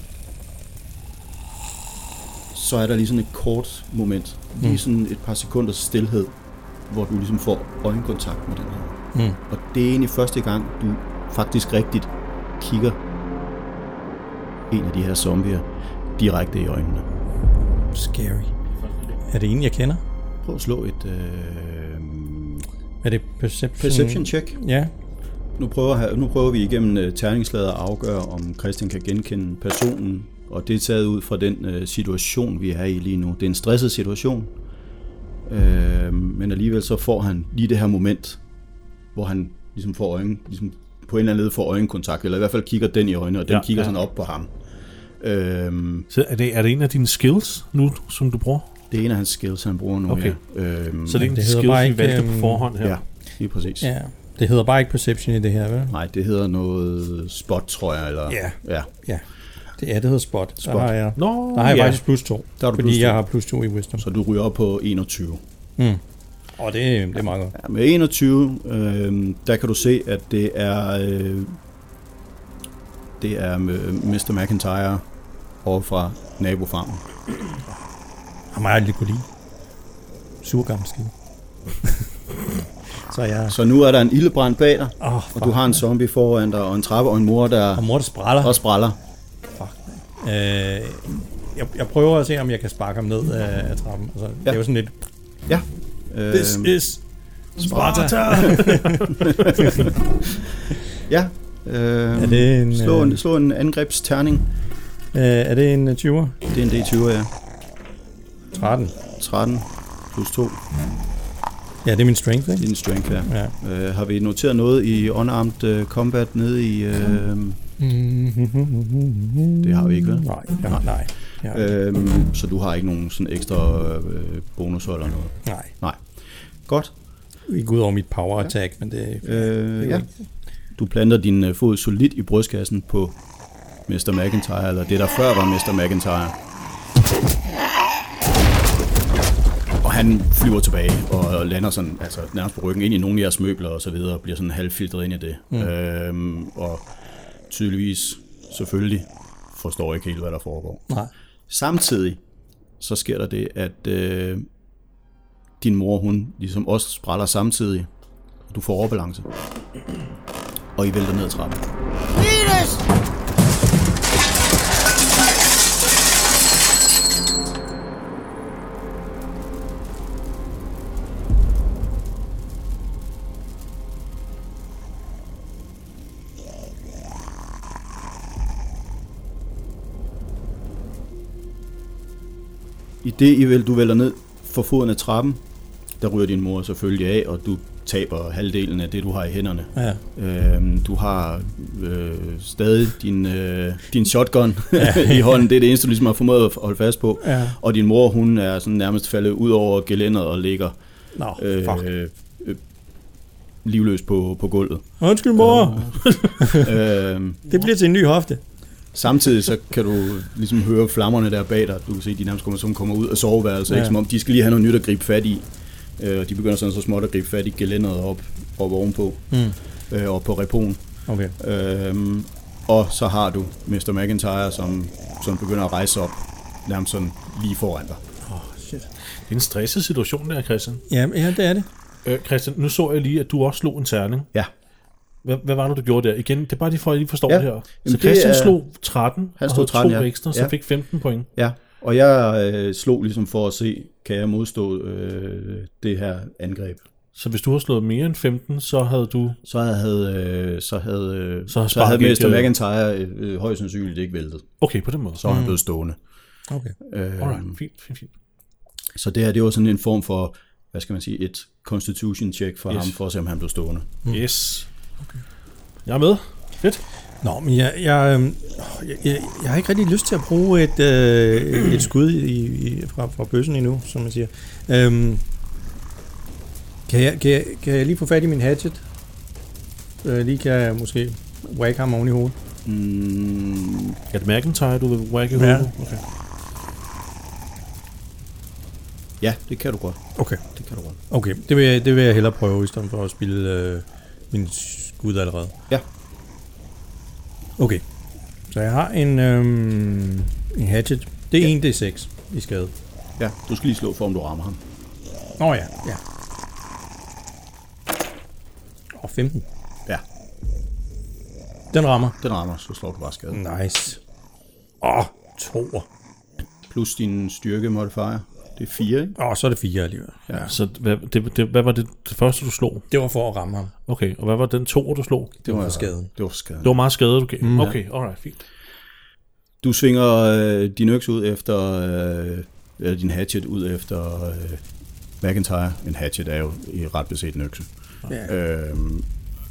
så er der lige sådan et kort moment, lige mm. sådan et par sekunders stilhed, hvor du ligesom får øjenkontakt med den her. Mm. Og det er egentlig første gang, du faktisk rigtigt kigger en af de her zombier direkte i øjnene.
Scary. Er det en, jeg kender?
Prøv at slå et... Øh,
er det perception?
Perception check.
Ja.
Nu prøver, nu prøver vi igennem uh, terningslaget at afgøre, om Christian kan genkende personen, og det er taget ud fra den uh, situation, vi er i lige nu. Det er en stresset situation, uh, men alligevel så får han lige det her moment, hvor han ligesom får øjen, ligesom på en eller anden led får øjenkontakt, eller i hvert fald kigger den i øjnene, og den ja, kigger ja. sådan op på ham. Uh,
så er det, er det en af dine skills nu, som du bruger?
Det er en af hans skills, han bruger nu,
okay.
ja. Uh,
så det er en skills, vi valgte på forhånd her?
Ja, lige præcis.
Ja. Det hedder bare ikke perception i det her, vel?
Nej, det hedder noget spot, tror jeg. Eller,
ja.
ja.
ja. Det er, det hedder spot.
spot.
Der har jeg,
Nå,
der har jeg
ja.
faktisk plus to,
der er du
fordi
plus to.
Jeg har plus to i wisdom.
Så du ryger op på enogtyve.
Mm. Og det, det er meget godt.
Ja, med enogtyve, øh, der kan du se, at det er øh, det er mister McIntyre over fra nabofarmen.
Ham har jeg aldrig kunne lide. Sur gammel skid. Så, jeg...
så nu er der en ildebrand bag dig,
oh,
og du har en zombie foran dig, og en trappe, og en mor, der,
og mor, der spræller.
Og spræller.
Fuck. Øh, jeg, jeg prøver at se, om jeg kan sparke ham ned af, af trappen. Altså, ja. Det er jo sådan lidt...
Ja.
This øh, is Sparta.
ja. Øh,
er det en,
slå, en, slå en angrebsterning.
Øh, er det en tyver?
Det er en D tyve, ja.
tretten.
tretten plus to.
Ja, det er min strength, ikke?
Det er din strength, ja.
ja.
Øh, har vi noteret noget i unarmed uh, combat nede i... Uh, det har vi ikke, vel?
Nej, ja, nej. Ja.
Øhm, så du har ikke nogen sådan ekstra øh, bonusser eller noget?
Nej.
Nej. Godt.
Ikke ud over mit power attack, ja. men det...
Øh,
det
ja.
Ikke.
Du planter din uh, fod solidt i brystkassen på mister McIntyre, eller det der før var mister McIntyre. Og han flyver tilbage og lander sådan, altså nærmest på ryggen ind i nogle af jeres møbler og så videre, og bliver sådan halvfiltret ind i det. Mm. Øhm, og tydeligvis, selvfølgelig, forstår ikke helt, hvad der foregår.
Nej.
Samtidig, så sker der det, at øh, din mor, hun ligesom også spræller samtidig. Du får overbalance. Og I vælter ned ad trappen. Venus! I det, I vil, du vælter ned for foden af trappen, der ryger din mor selvfølgelig af, og du taber halvdelen af det, du har i hænderne.
Ja.
Øhm, du har øh, stadig din, øh, din shotgun ja. i hånden. Det er det eneste, du ligesom har formået at holde fast på.
Ja.
Og din mor, hun er sådan nærmest faldet ud over gelænderet og ligger
no,
øh, øh, livløs på, på gulvet.
Undskyld, mor.
øhm,
det bliver til en ny hofte.
Samtidig så kan du ligesom høre flammerne der bag dig. Du kan se, de nærmest kommer, som kommer ud af soveværelset, ja. Ikke? Som om de skal lige have noget nyt at gribe fat i. Øh, de begynder sådan så småt at gribe fat i gelænderet op, op ovenpå, mm. øh, og på repoen.
Okay.
Øhm, og så har du mister McIntyre, som, som begynder at rejse op, nærmest sådan lige foran dig.
Åh, oh, shit.
Det er en stresset situation der, Christian.
Ja, ja, det er det.
Øh, Christian, nu så jeg lige, at du også slog en terning.
Ja.
Hvad, hvad var det, du gjorde der? Igen, det er bare lige for, at jeg lige forstår
ja.
det her. Så
Jamen,
Christian
det er,
slog tretten,
han
og
slog tretten,
to
ja.
ekstra,
ja.
så fik femten point.
Ja, og jeg øh, slog ligesom for at se, kan jeg modstå øh, det her angreb.
Så hvis du har slået mere end femten, så havde du...
Så havde, øh, så havde, øh,
så,
så havde mister McIntyre øh, øh, højst sandsynligt ikke væltet.
Okay, på den måde.
Så var han blevet stående.
Okay.
Øh,
Alright, fint, fint, fint.
Så det her, det var sådan en form for, hvad skal man sige, et constitution check for
yes.
ham, for at se, om han blev stående.
Mm. Yes. Okay. Jeg er med. Fedt.
Nå, men jeg, jeg, jeg, jeg, jeg har ikke rigtig lyst til at bruge et, øh, et skud i, i, fra, fra bøssen endnu, som man siger. Øhm, kan, jeg, kan, jeg, kan jeg lige få fat i min hatchet? Øh, lige kan jeg måske whack ham oven i hovedet.
Mm.
Er det McIntyre, du vil whack i hovedet?
Ja.
Okay.
Ja, det kan du godt.
Okay.
Det kan du godt.
Okay, det vil jeg, det vil jeg hellere prøve, i stedet for at spille øh, min skud allerede.
Ja.
Okay. Så jeg har en, øhm, en hatchet. Det er ja. en D seks i skade.
Ja, du skal lige slå for, om du rammer ham.
Åh oh, ja, ja. Og femten.
Ja.
Den rammer.
Den rammer, så slår du bare skade.
Nice. Åh, oh, toer.
Plus din styrke modifier. Det er fire, ikke?
Åh, oh, så er det fire alligevel.
Ja. Så hvad, det, det, hvad var det, det første, du slog?
Det var for at ramme ham.
Okay, og hvad var den to, du slog?
Det var for skaden.
Det var for skaden.
Det var meget skade, du gav? Mm. Okay, alright, fint.
Du svinger øh, din øks ud efter, øh, eller din hatchet ud efter øh, McIntyre. En hatchet er jo i ret beset en økse. Ja. Øhm,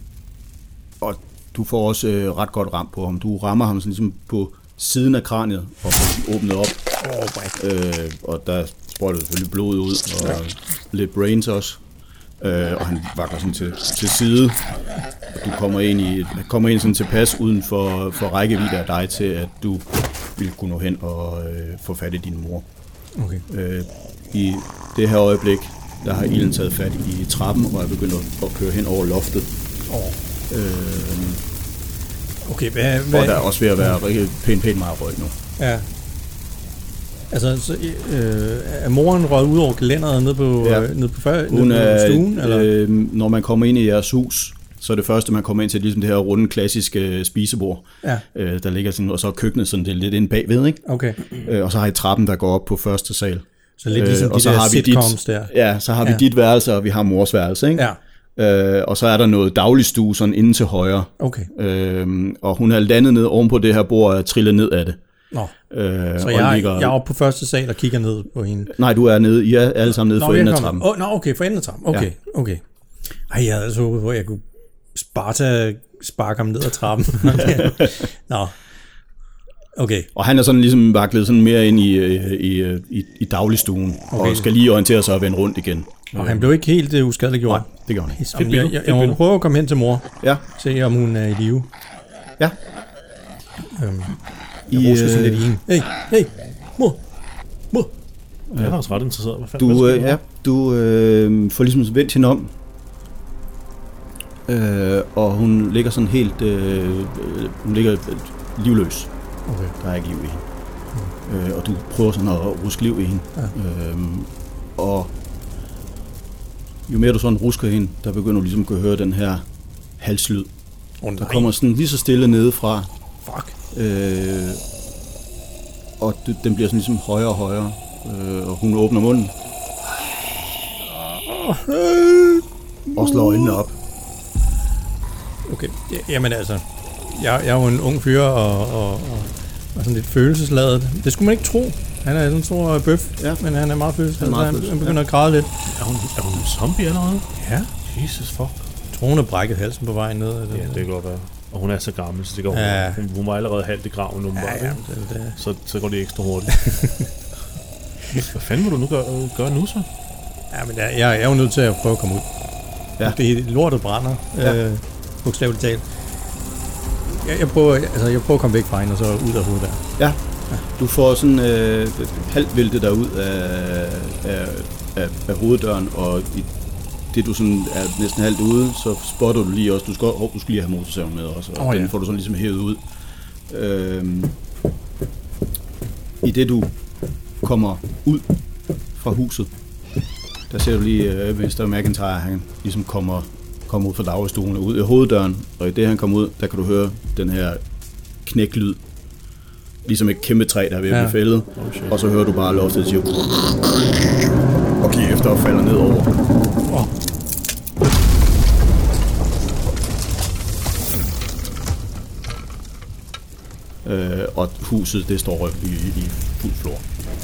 og du får også øh, ret godt ram på ham. Du rammer ham sådan ligesom på siden af kraniet og får åbnet op.
Oh,
øh, og der sprøjter selvfølgelig blod ud og ja. lidt brains også. Øh, og han vakler sådan til, til side. Du kommer ind i kommer ind sådan tilpas uden for, for rækkevidde af dig til, at du vil kunne nå hen og øh, få fat i din mor.
Okay.
Øh, I det her øjeblik, der har ilden taget fat i trappen og er begyndt at køre hen over loftet.
Oh.
Øh,
okay, hvad, hvad?
Og der er også ved at være rigtig pænt, pænt meget røg nu.
Ja. Altså, så, øh, er moren røget ud over gelænderet ned på,
ja.
øh, ned på, før,
Hun
ned på
er,
stuen? Eller?
Øh, når man kommer ind i jeres hus, så er det første, man kommer ind til, ligesom det her runde, klassiske spisebord.
Ja.
Øh, der ligger sådan, og så er køkkenet sådan det lidt inde bagved, ikke? Okay. Øh, og så har I trappen, der går op på første sal.
Så lidt ligesom øh, de der sitcoms dit, der.
Ja, så har vi ja. dit værelse, og vi har mors værelse, ikke?
Ja.
Øh, og så er der noget dagligstue sådan inde til højre.
Okay.
Øh, og hun er landet ned oven på det her bord og trillet ned af det.
Nå.
Øh,
så jeg, ligger, jeg er oppe på første sal og kigger ned på hende?
Nej, du er nede. I er alle sammen nede
nå,
for enden af trappen.
Oh, nå, okay, for enden af trappen. Okay, ja. okay. Ej, jeg havde altså håbet på, at jeg kunne Sparta sparke ham ned ad trappen. Nå. Okay.
Og han er sådan ligesom vaklet sådan mere ind i, i, i, i dagligstuen, okay. og skal lige orientere sig og vende rundt igen.
Og han blev ikke helt uh, uskadeliggjort?
Nej, det gør han ikke.
Jamen, jeg, jeg, jeg må prøve at komme hen til mor.
Ja.
Se, om hun er i live.
Ja.
Øhm, jeg rusker sådan lidt i hende. Hey, hey, mor, mor.
Jeg er også ret interesseret. Hvad fanden,
du, øh, ja, du øh, får ligesom vendt hende om, øh, og hun ligger sådan helt, øh, hun ligger livløs.
Okay.
Der er ikke liv i hende. Mm. Øh, og du prøver sådan at ruske liv i hende. Ja. Øhm, og jo mere du sådan rusker hende, der begynder du ligesom at høre den her halslyd. Oh, der kommer sådan lige så stille nedefra.
Fuck.
Øh, og det, den bliver sådan ligesom højere og højere. Øh, og hun åbner munden. Og slår øjnene op.
Okay, jamen altså, jeg, jeg er jo en ung fyr og, og, og, og sådan lidt følelsesladet. Det skulle man ikke tro. Han er en stor bøf, ja. Men han er meget følelsesladet, så han, han begynder ja. at græde lidt.
Er hun, er hun en zombie allerede?
Ja.
Jesus fuck.
Jeg tror, hun har brækket halsen på vejen ned.
Ja, det kan godt være. Og hun er så gammel, så det går
ja.
hun, hun var allerede halvt i graven nu,
ja, ja, det, det.
Så, så går det ekstra hurtigt. Hvad fanden vil du nu gøre, gøre nu så?
Ja, men jeg, jeg er jo nødt til at prøve at komme ud. Ja. Det er lortet brænder, ja. øh, bogstaveligt talt. jeg, jeg, prøver, altså, jeg prøver at komme væk fra hende, og så ud af hovedet der.
Ja, du får sådan øh, halvt væltet dig ud af, af, af, af hoveddøren, og i det du sådan er næsten halvt ude, så spotter du lige også, du skal, oh, du skal lige have motorsaven med også, og oh, den ja. får du sådan ligesom hævet ud. Øhm, I det du kommer ud fra huset, der ser du lige øh, mister McIntyre, han ligesom kommer, kommer ud fra dagligstolen og ud af hoveddøren, og i det han kommer ud, der kan du høre den her knæklyd, ligesom et kæmpe træ, der er ved at blive ja. fældet, oh, og så hører du bare loftet sige, og kigge efter og falder ned over. Oh. Øh, og huset, det står i, i fuld flor.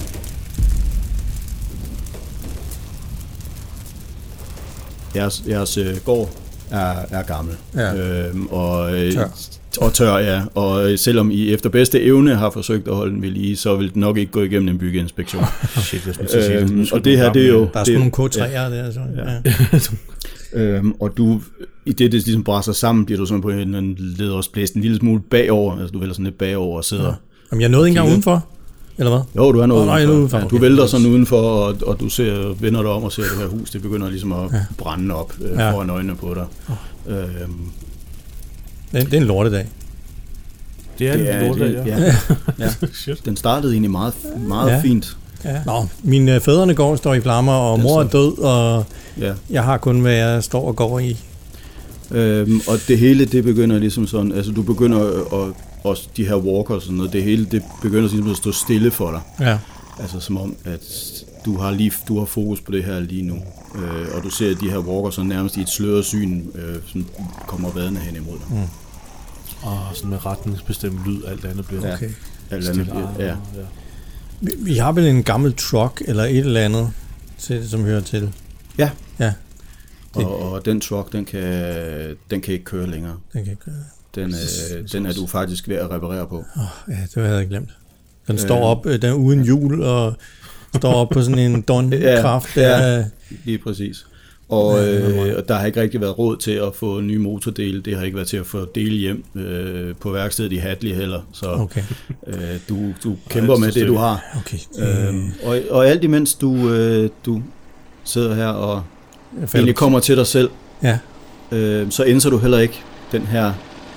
Jeres, jeres øh, gård er, er gammel. Ja. Øhm, og, øh, tør. og tør, ja. Og selvom I efter bedste evne har forsøgt at holde den ved lige, så vil det nok ikke gå igennem en byggeinspektion. Shit, jeg skulle sige, øhm, og det her, det er jo...
Der er sgu nogle K tre'er ja. der. Så, ja.
Ja. øhm, og du, i det, det ligesom brænder sammen, bliver du sådan på en, en ledersblæst en lille smule bagover. Altså, du vælter sådan lidt bagover og sidder... Ja.
Jamen, jeg nåede ikke engang udenfor. Eller hvad?
Jo, du er noget
oh, nej, udenfor.
Ja, du vælter sådan udenfor, og, og du ser, vender dig om og ser det her hus, det begynder ligesom at ja. brænde op øh, ja. foran øjnene på dig. Oh. Øhm,
det, det er en lortedag.
Det er en
det
lortedag,
ja. ja. ja. Den startede egentlig meget, meget ja. fint.
Ja. Nå, mine fædrene går står i flammer, og mor er død, og ja. jeg har kun, hvad jeg står og går i.
Øhm, og det hele, det begynder ligesom sådan, altså du begynder at også de her walkers og sådan noget, det hele, det begynder ligesom at stå stille for dig. Ja. Altså som om, at du har lige, du har fokus på det her lige nu. Øh, og du ser, at de her walkers så nærmest i et sløret syn, øh, sådan kommer vadende hen imod dig. Mm.
Og sådan med retningsbestemt lyd, alt andet bliver okay.
Alt andet bliver, ja. ja.
Vi, vi har vel en gammel truck, eller et eller andet, til, som hører til.
Ja.
Ja.
Og, og den truck, den kan, den kan ikke køre længere.
Den kan ikke køre.
Den, øh, den er du faktisk ved at reparere på.
Oh, ja, det havde jeg glemt. Den øh, står op, den er uden hjul, og står op på sådan en donkraft.
Ja, ja, lige præcis. Og øh, der har ikke rigtig været råd til at få nye motordele. Det har ikke været til at få dele hjem øh, på værkstedet i Hatley heller. Så okay. øh, du, du kæmper med det, du har.
Okay.
Øhm, og, og alt imens du, øh, du sidder her og egentlig kommer til dig selv,
ja.
øh, så indser du heller ikke den her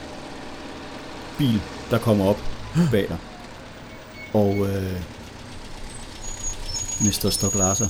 bil, der kommer op bag dig. Og øh, mister Stoklasser,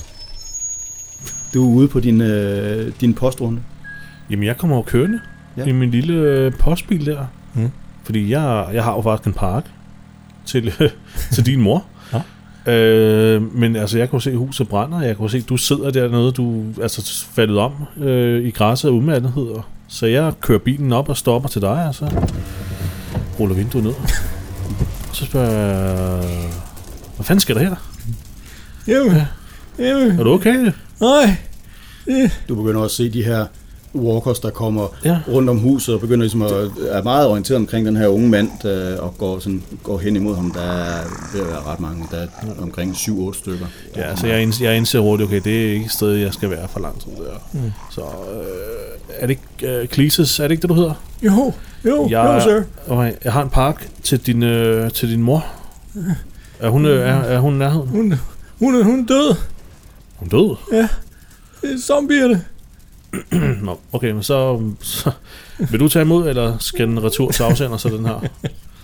du er ude på din, øh, din postrunde.
Jamen, jeg kommer jo kørende ja. i min lille øh, postbil der. Mm. Fordi jeg, jeg har jo faktisk en park til, øh, til din mor. Ja. Øh, men altså, jeg kan jo se, at huset brænder. Jeg kan jo se, at du sidder dernede. Du er altså faldet om øh, i græsset af udmattethed. Så jeg kører bilen op og stopper til dig, og så ruller vinduet ned. Så spørger jeg, hvad fanden sker der her?
Jamen, ja. jamen.
Er du okay?
Nej.
Yeah. Du begynder også at se de her walkers, der kommer ja. rundt om huset, og begynder ligesom at er meget orienteret omkring den her unge mand, der, og går, sådan, går hen imod ham. Der er ved at være ret mange, der er omkring syv otte stykker.
Ja, altså jeg indser, jeg indser hurtigt, okay, det er ikke et sted, jeg skal være for lang tid der. Mm. Så øh, er det ikke uh, Cletus, er det ikke det, du hedder?
Jo, jo,
jeg,
jo, sir.
Okay, jeg har en park til din, øh, til din mor. Er hun, øh, er, er hun nærheden?
Hun, hun, er, hun er død.
Hun er død?
Ja, det er zombierne.
Nå, okay, men så, så vil du tage imod, eller skal den retur til afsender, så den her?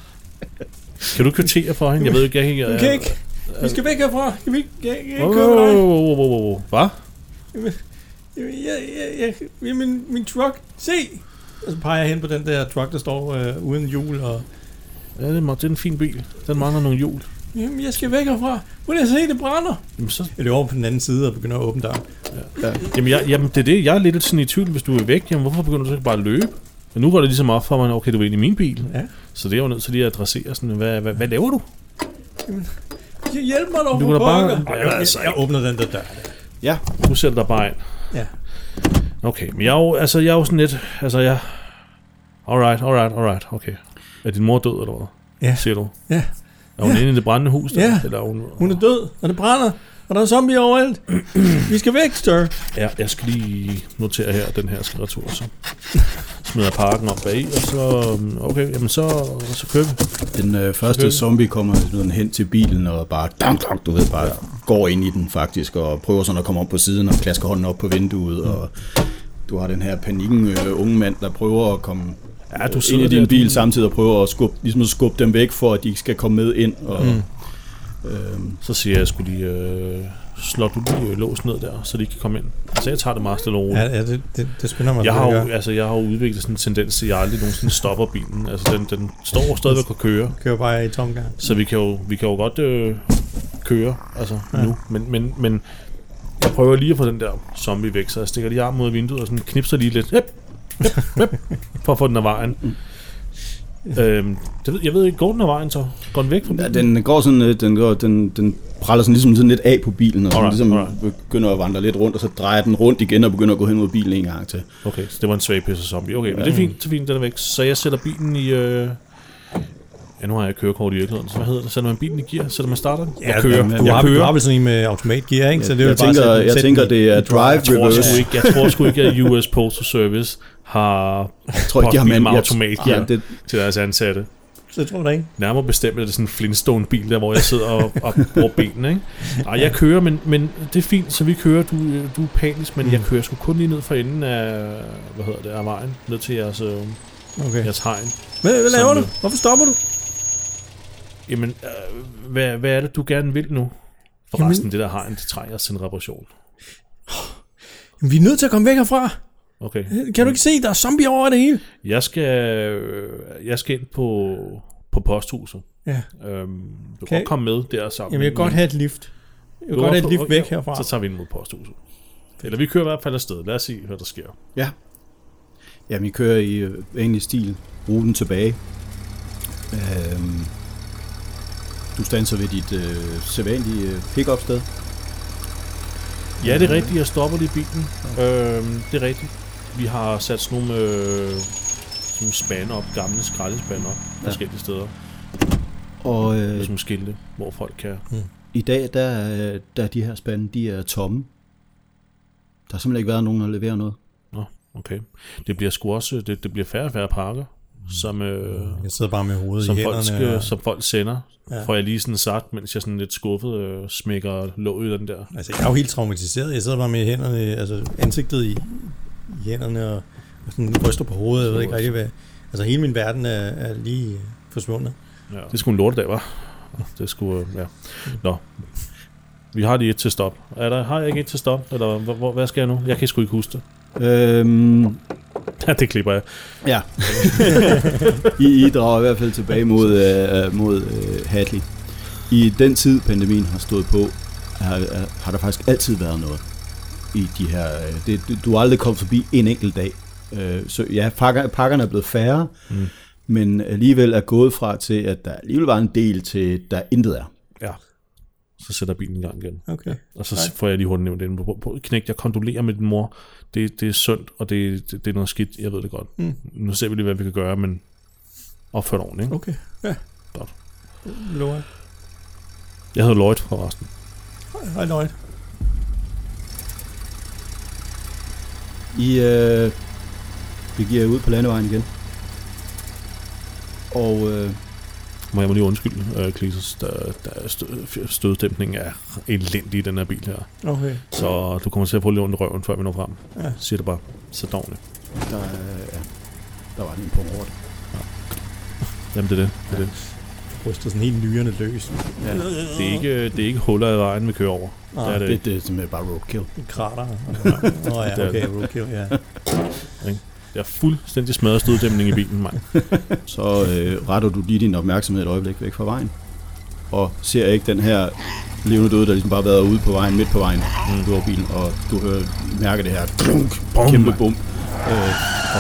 Kan du kvittere for hende? Jeg ved ikke, jeg kan
ikke... ikke. Vi skal væk herfra. Kan vi ikke, jeg, jeg ikke køre med dig?
Hvad?
Jamen, jeg, jeg, jeg, min, min truck. Se! Og så peger jeg hen på den der truck, der står øh, uden hjul. Og...
Ja, det er, det er en fin bil. Den mangler nogle hjul.
Jamen, jeg skal væk herfra. Må jeg se, det brænder? Jamen, så... Jeg løber over på den anden side og begynder at åbne døren.
Ja. Ja. Jamen, jeg, jamen, det er det. Jeg er lidt sådan i tvivl, hvis du er væk. Jamen, hvorfor begynder du så ikke bare at løbe? Men nu går det ligesom op for mig, okay, du er inde i min bil. Ja. Så det er jo nødt til lige at adressere sådan, hvad, hvad, hvad laver du?
Jamen, jeg hjælper mig dog for bare... Jeg, jeg, jeg, jeg åbner den der dør.
Ja.
Du sætter dig bare ind.
Ja.
Okay, men jeg er jo, altså, jeg er jo sådan lidt, altså, jeg... Alright, alright, alright, okay. Er din mor død, eller hvad?
Ja.
Siger du?
Ja.
Er hun ja. inde i det brændende hus? Der?
Ja,
eller er hun...
hun er død, og det brænder, og der er zombier overalt. Vi skal væk, sir.
Ja, jeg skal lige notere her, den her skal retur. Så, smider parken op bag, og så, okay, jamen så, så kører vi.
Den øh, første zombie kommer sådan hen til bilen og bare, dang, dang, du ved, bare ja. går ind i den faktisk, og prøver sådan at komme op på siden og klasker hånden op på vinduet, mm. og du har den her panikken øh, unge mand, der prøver at komme ja, du ind i din bil du... samtidig og prøver at skubbe, ligesom at skubbe dem væk, for at de skal komme med ind. Og, mm. øhm,
så siger jeg, skulle de øh, slå du lige øh, lås ned der, så de kan komme ind. Altså jeg tager det meget stille og roligt.
Ja, ja det, det, det spænder mig.
Jeg har, jo, altså, jeg har jo udviklet sådan en tendens til, at jeg aldrig nogensinde stopper bilen. Altså den, den står stadigvæk og kører.
Kører bare i tomgang.
Så vi kan jo, vi kan jo godt øh, køre altså, ja. nu, men, men, men jeg prøver lige at få den der zombie væk, så jeg stikker lige armen ud af vinduet og sådan knipser lige lidt, hep, hep, hep, for at få den af vejen. Mm. Øhm, det ved, jeg ved ikke, går den af vejen så? Går den væk fra bilen?
Ja, den går sådan, den, går, den, den praller sådan ligesom sådan lidt af på bilen, og alright, ligesom alright. begynder at vandre lidt rundt, og så drejer den rundt igen og begynder at gå hen mod bilen en gang til.
Okay, så det var en svag pisse zombie. Okay, ja. Men det er fint, det er fint, den er væk. Så jeg sætter bilen i... Øh Ja, nu har jeg kørekort i virkeligheden, så hvad hedder det? Sætter man bilen i gear? Sætter man starteren?
Ja, jeg kører. Du, du har, kører. Du har vel sådan en med automatgear, ikke? Så det
jeg, jeg,
bare
tænker,
sætte,
jeg
sætte
tænker, det er drive
jeg
reverse.
Tror ikke, jeg tror sgu ikke, at U S Postal Service har
postbil
med automatgear
ja,
til deres ansatte.
Så jeg tror det ikke.
Nærmere bestemt er det sådan en Flintstone-bil, der hvor jeg sidder og, og bruger benene, ikke? Ej, jeg kører, men, men det er fint, så vi kører. Du, du er panisk, men mm. jeg kører sgu kun lige ned fra enden af, hvad hedder det, af vejen, ned til jeres, okay. jeres hegn.
Hvad, hvad laver du? Hvorfor stopper du?
Jamen, øh, hvad, hvad er det, du gerne vil nu? Forresten, Jamen, det der hegn, det trænger til en reparation.
Vi er nødt til at komme væk herfra.
Okay.
Kan du ikke se, der er zombie over det hele?
Jeg skal, øh, jeg skal ind på, på posthuset. Ja. Øhm, du kan godt komme med der sammen.
Jamen, jeg vil godt have et lift. Jeg vil godt have et lift væk herfra.
Så tager vi ind mod posthuset. Eller vi kører i hvert fald afsted. Lad os se, hvad der sker.
Ja. Jamen, vi kører i øh, vanlig stil. Ruten tilbage. Øhm, du standser ved dit øh, sædvanlige øh, pick-up-sted.
Ja, det er rigtigt. Jeg stopper lige bilen. Ja. Øhm, det er rigtigt. Vi har sat sådan nogle, øh, sådan nogle spande op, gamle skraldespande op, ja. forskellige steder. Og øh, sådan nogle skilte, hvor folk kan... Hmm.
I dag, der, der er de her spande, de er tomme. Der har simpelthen ikke været nogen, der leverer noget.
Nå, okay. Det bliver sgu også, det, det bliver færre og færre pakker, mm. som, øh,
jeg sidder bare med hovedet
som
i
folk
hænderne.
Skal,
og...
Som folk sender, ja. Får jeg lige sådan sagt, mens jeg sådan lidt skuffet øh, smækker låget i den der.
Altså, jeg er jo helt traumatiseret. Jeg sidder bare med hænderne, altså ansigtet i, i hænderne og, og sådan ryster på hovedet. Jeg ved ikke rigtig, hvad... Altså, hele min verden er, er lige forsvundet.
Ja. Det er sgu en lortedag, hva'? Det skulle, ja. Nå. Vi har lige et til stop. Er der, har jeg ikke et til stop? Eller hvor, hvad skal jeg nu? Jeg kan sgu ikke huske det. Øhm. Ja, det klipper jeg.
Ja. I, I drager i hvert fald tilbage mod, øh, mod øh, Hadley. I den tid, pandemien har stået på, har, har der faktisk altid været noget i de her... Øh, det, du har aldrig kommet forbi en enkelt dag. Øh, så ja, pakker, pakkerne er blevet færre, mm. men alligevel er gået fra til, at der alligevel var en del til, der intet er.
Ja. Så sætter bilen i gang igen.
Okay.
Og så Nej. får jeg lige hurtigt nævnt den. Knæk, jeg kondolerer med din mor. Det, det er synd, og det, det, det er noget skidt. Jeg ved det godt. Mm. Nu ser vi lige, hvad vi kan gøre, men opfør ordentligt, ikke?
Okay, ja.
Godt.
Lloyd.
Jeg hedder Lloyd forresten.
Hej Lloyd.
I øh, begiver ud på landevejen igen. Og... Øh,
Må jeg må lige undskylde, uh, Cletus, der, der stød, støddæmpningen er elendig i den her bil her.
Okay.
Så du kommer til at få lidt ondt i røven, før vi når frem. Ja. Siger det bare. Så dårligt.
Der, ja. der var en på hårdt. Ja.
Jamen det er det. det, er
ja. det. Ryster sådan helt nyrende løs.
Ja. Det, er ikke, det er ikke huller i vejen, vi kører over.
Ah, det, er det, det, det er simpelthen bare roadkill.
Krater. Åh oh, ja, okay, roadkill, ja.
Jeg er fuldstændig smadret støddæmpning i bilen, mand.
Så øh, retter du lige din opmærksomhed et øjeblik væk fra vejen, og ser ikke den her levende døde, der ligesom bare har været ude på vejen, midt på vejen, mm. du over bilen, og du hører, mærker det her bum, kæmpe bum. Øh,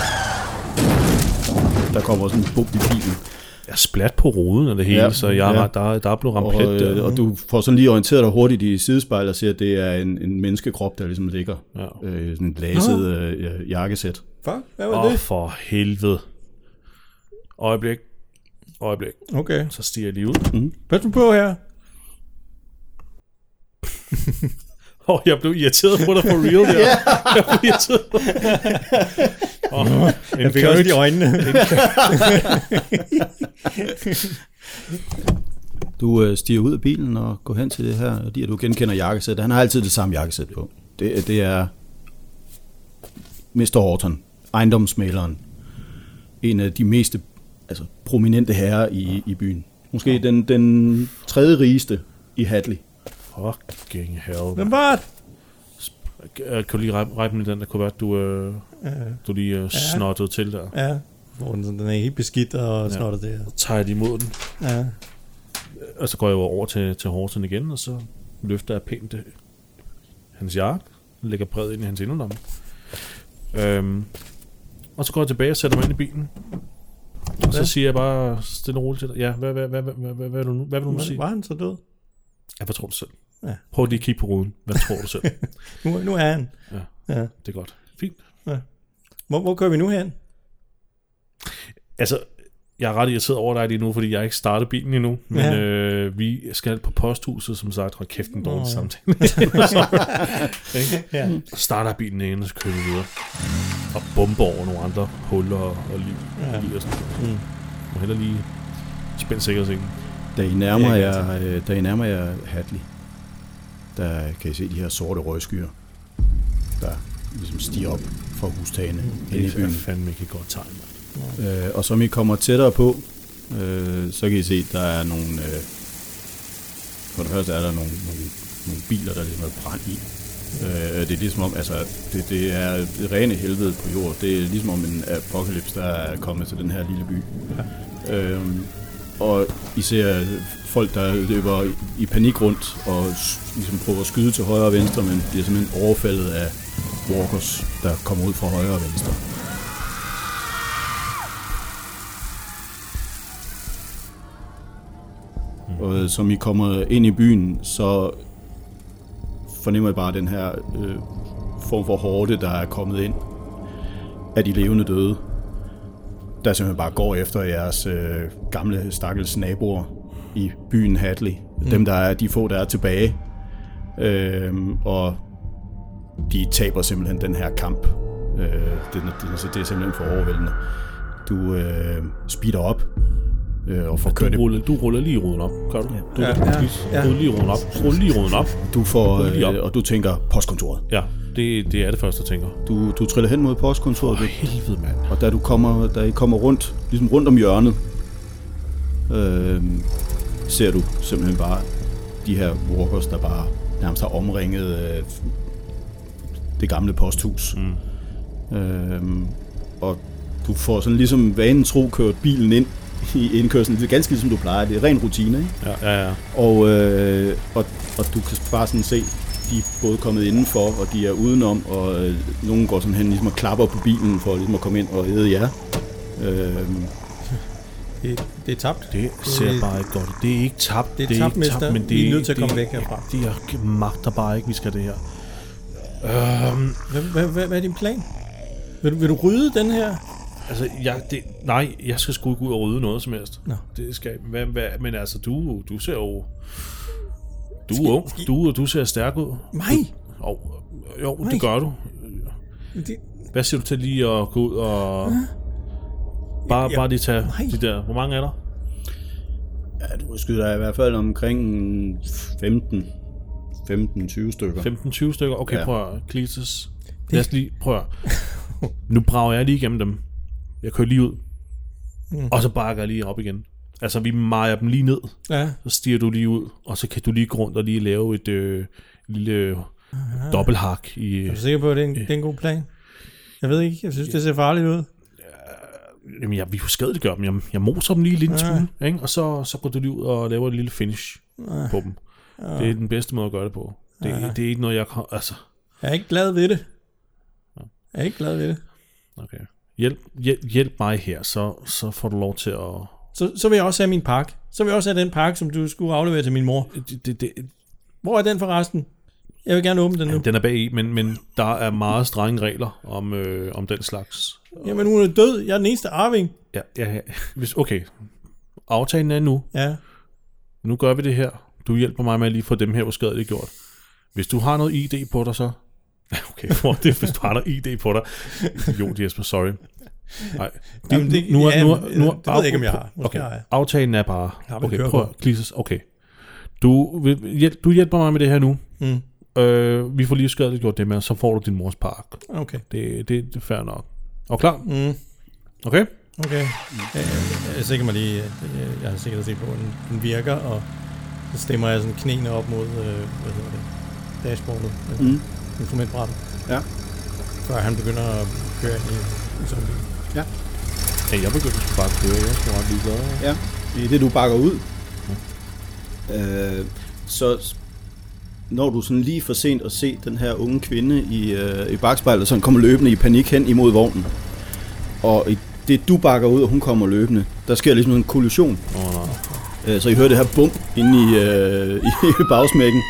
der kommer sådan en bum i bilen.
Jeg er splat på ruden af det hele, ja, så jeg ja. der, der er blevet ramt plet der.
Og du får sådan lige orienteret dig hurtigt i sidespejl og ser, at det er en, en menneskekrop, der ligesom ligger. Ja. Øh, sådan en laset øh, jakkesæt.
Fuck, hvad var
oh,
det?
For helvede. Øjeblik. Øjeblik.
Okay.
Så stiger jeg lige ud.
Mm. Hvad er du på her?
oh, jeg blev irriteret på dig for real der. Jeg blev irriteret. Oh,
jeg fik også i øjnene.
Du øh, stiger ud af bilen og går hen til det her, og de, du genkender jakkesæt. Han har altid det samme jakkesæt på. Det, det er mister Horton, ejendomsmæleren. En af de mest altså, prominente herrer i, i byen. Måske oh. den, den tredje rigeste i Hadley.
Fucking hell.
Hvem var det?
Kan du lige række med den, der kunne være, du, øh, ja. du lige øh, ja. snottede til der?
Ja, hvor den, den er helt beskidt og ja. snottet der.
Så tager jeg imod den.
Ja.
Og så går jeg over til, til Horton igen, og så løfter jeg pænt det, hans jakke, lægger brevet ind i hans inderlomme. Øhm, og så går jeg tilbage og sætter mig ind i bilen. Og så siger jeg bare stille og roligt til dig, ja, hvad, hvad, hvad, hvad, hvad, hvad, hvad, vil du nu, hvad vil du nu sige?
Var han så død?
Ja, hvad tror du selv?
Ja.
Prøv lige at kigge på ruden. Hvad tror du selv?
nu, nu er han.
Ja, ja, det er godt. Fint.
Ja. Hvor, hvor kører vi nu hen?
Altså, jeg er ret irriteret over dig lige nu, fordi jeg ikke startet bilen endnu. Men ja. øh, vi skal på posthuset, som sagt. Hold kæft, en dårlig oh. samtale. ja. Starter bilen ind, og så kører vi videre. Og bomber over nogle andre huller og, og lige, ja. lige og sådan noget. Mm. Må heller lige spænde sikkerhedssingen.
Da I nærmer jer, da I nærmer jer Hadley, der kan I se de her sorte røgskyer, der ligesom stiger op fra hustagene
mm.
inde i byen.
Det er fandme ikke et godt tegn.
Øh, og som I kommer tættere på, øh, så kan I se, at der er nogle, øh, for det første er der nogle, nogle, nogle biler, der ligesom er brændt i. Øh, det er ligesom om, altså, det, det er det rene helvede på jord. Det er ligesom om en apokalypse, der er kommet til den her lille by. Ja. Øh, og I ser folk, der løber i panik rundt og ligesom prøver at skyde til højre og venstre, men bliver simpelthen overfaldet af walkers, der kommer ud fra højre og venstre. Og som I kommer ind i byen, så fornemmer I bare den her øh, form for horde, der er kommet ind af de levende døde, der simpelthen bare går efter jeres øh, gamle stakkels naboer i byen Hadley. Mm. Dem, der er de få, der er tilbage. Øh, og de taber simpelthen den her kamp. Øh, det, det, det er simpelthen for overvældende. Du øh, speeder op. Og får
du, ruller, du ruller lige ruden op, gør du? Du
ja, ja, ja.
ruller lige ruden op. Ruller lige ruden op.
Du får, øh, og du tænker postkontoret.
Ja, det, det er det første, jeg tænker.
Du, du triller hen mod postkontoret.
For helvede, mand.
Og da du kommer, da I kommer rundt, ligesom rundt om hjørnet, øh, ser du simpelthen bare de her walkers, der bare nærmest har omringet øh, det gamle posthus. Mm. Øh, og du får sådan ligesom vanen tro kørt bilen ind i indkørslen. Det er ganske ligesom du plejer. Det er ren rutine, ikke?
Ja, ja, ja.
Og, øh, og, og du kan bare sådan se, de er både kommet indenfor, og de er udenom, og øh, nogen går sådan hen ligesom og klapper på bilen for ligesom at komme ind og æde jer. Øh,
det, det er tabt.
Det ser det, bare ikke godt. Det er ikke tabt.
Det er, det er tabt, mister. Men det, vi er nødt til at komme
det,
væk herfra.
Det er magter bare ikke, vi skal det her.
Um, hvad, hvad, hvad, hvad er din plan? Vil du, vil du rydde den her?
Altså, jeg, det, nej, jeg skal sgu ikke ud og rydde noget som helst.
Nå.
Det skal, hvad, hvad, men altså, du, du ser jo... Du er ung, du, du ser stærk ud.
Nej!
Du, jo, jo Nej. Det gør du.
Det...
Hvad siger du til lige at gå ud og... Ja. Bare, ja, bare lige tage Nej. de der... Hvor mange er der?
Ja, du skyder i hvert fald omkring femten femten tyve stykker.
femten tyve stykker? Okay, ja. Prøv at Cletus. Lad os lige prøve. Nu brager jeg lige igennem dem. Jeg kører lige ud. Mm. Og så bakker jeg lige op igen. Altså, vi mejer dem lige ned. Ja. Så stiger du lige ud. Og så kan du lige gå rundt og lige lave et øh, lille Aha. dobbelthak. I,
er du sikker på, at det er en, det er en god plan? Jeg ved ikke. Jeg synes, det ser farligt ud.
Jamen, jeg, vi får skadeliggør dem. Jeg, jeg moser dem lige lidt en smule. Ikke? Og så, så går du lige ud og laver et lille finish ja. på dem. Ja. Det er den bedste måde at gøre det på. Det, ja. det er ikke noget, jeg kan... Altså.
Jeg er ikke glad ved det. Jeg er ikke glad ved det.
Okay. Hjælp, hjælp, hjælp mig her, så, så får du lov til at...
Så, så vil jeg også have min pakke. Så vil jeg også have den pakke, som du skulle aflevere til min mor.
Det, det, det,
Hvor er den forresten? Jeg vil gerne åbne den nu.
Jamen, den er bag i, men, men der er meget strenge regler om, øh, om den slags.
Jamen, hun er død. Jeg er den eneste arving.
Ja, ja, ja. Hvis, okay. Aftalen er nu.
Ja.
Nu gør vi det her. Du hjælper mig med at lige få dem her uskadeligt gjort. Hvis du har noget I D på dig, så... Okay, hvor det hvis du har noget I D på dig. Jo, Jesper, sorry. Nej.
Jamen, det,
nu,
ja,
nu, nu,
det ved jeg ikke, om jeg har. Måske
okay.
har jeg.
Aftalen er bare...
Har vi
Okay,
kørt
prøv
på?
at Cletus, okay. Du, vil, hjæl, du hjælper mig med det her nu.
Mm.
Øh, vi får lige skadet gjort det med, så får du din mors park.
Okay.
Det, det, det er fair nok. Er du klar?
Mm.
Okay?
Okay. Jeg, jeg er sikker mig lige, at jeg, jeg har sikkert set på, at den, den virker, og så stemmer jeg sådan knæene op mod, øh, hvad hedder det, dashboardet,
Mm.
instrumentbrættet,
Ja.
før han begynder at køre ind i, i sådan en bil.
Ja.
Ja, jeg begyndte sgu bare at køre. Jeg skal ret ligeglad.
Ja, det er det, du bakker ud. Øh, så når du sådan lige for sent at se den her unge kvinde i, øh, i bakspejlet, så han kommer løbende i panik hen imod vognen. Og i det, du bakker ud, og hun kommer løbende, der sker ligesom en kollision.
Åh, nej.
Øh, så I hører det her bump inde i, øh, i bagsmækken.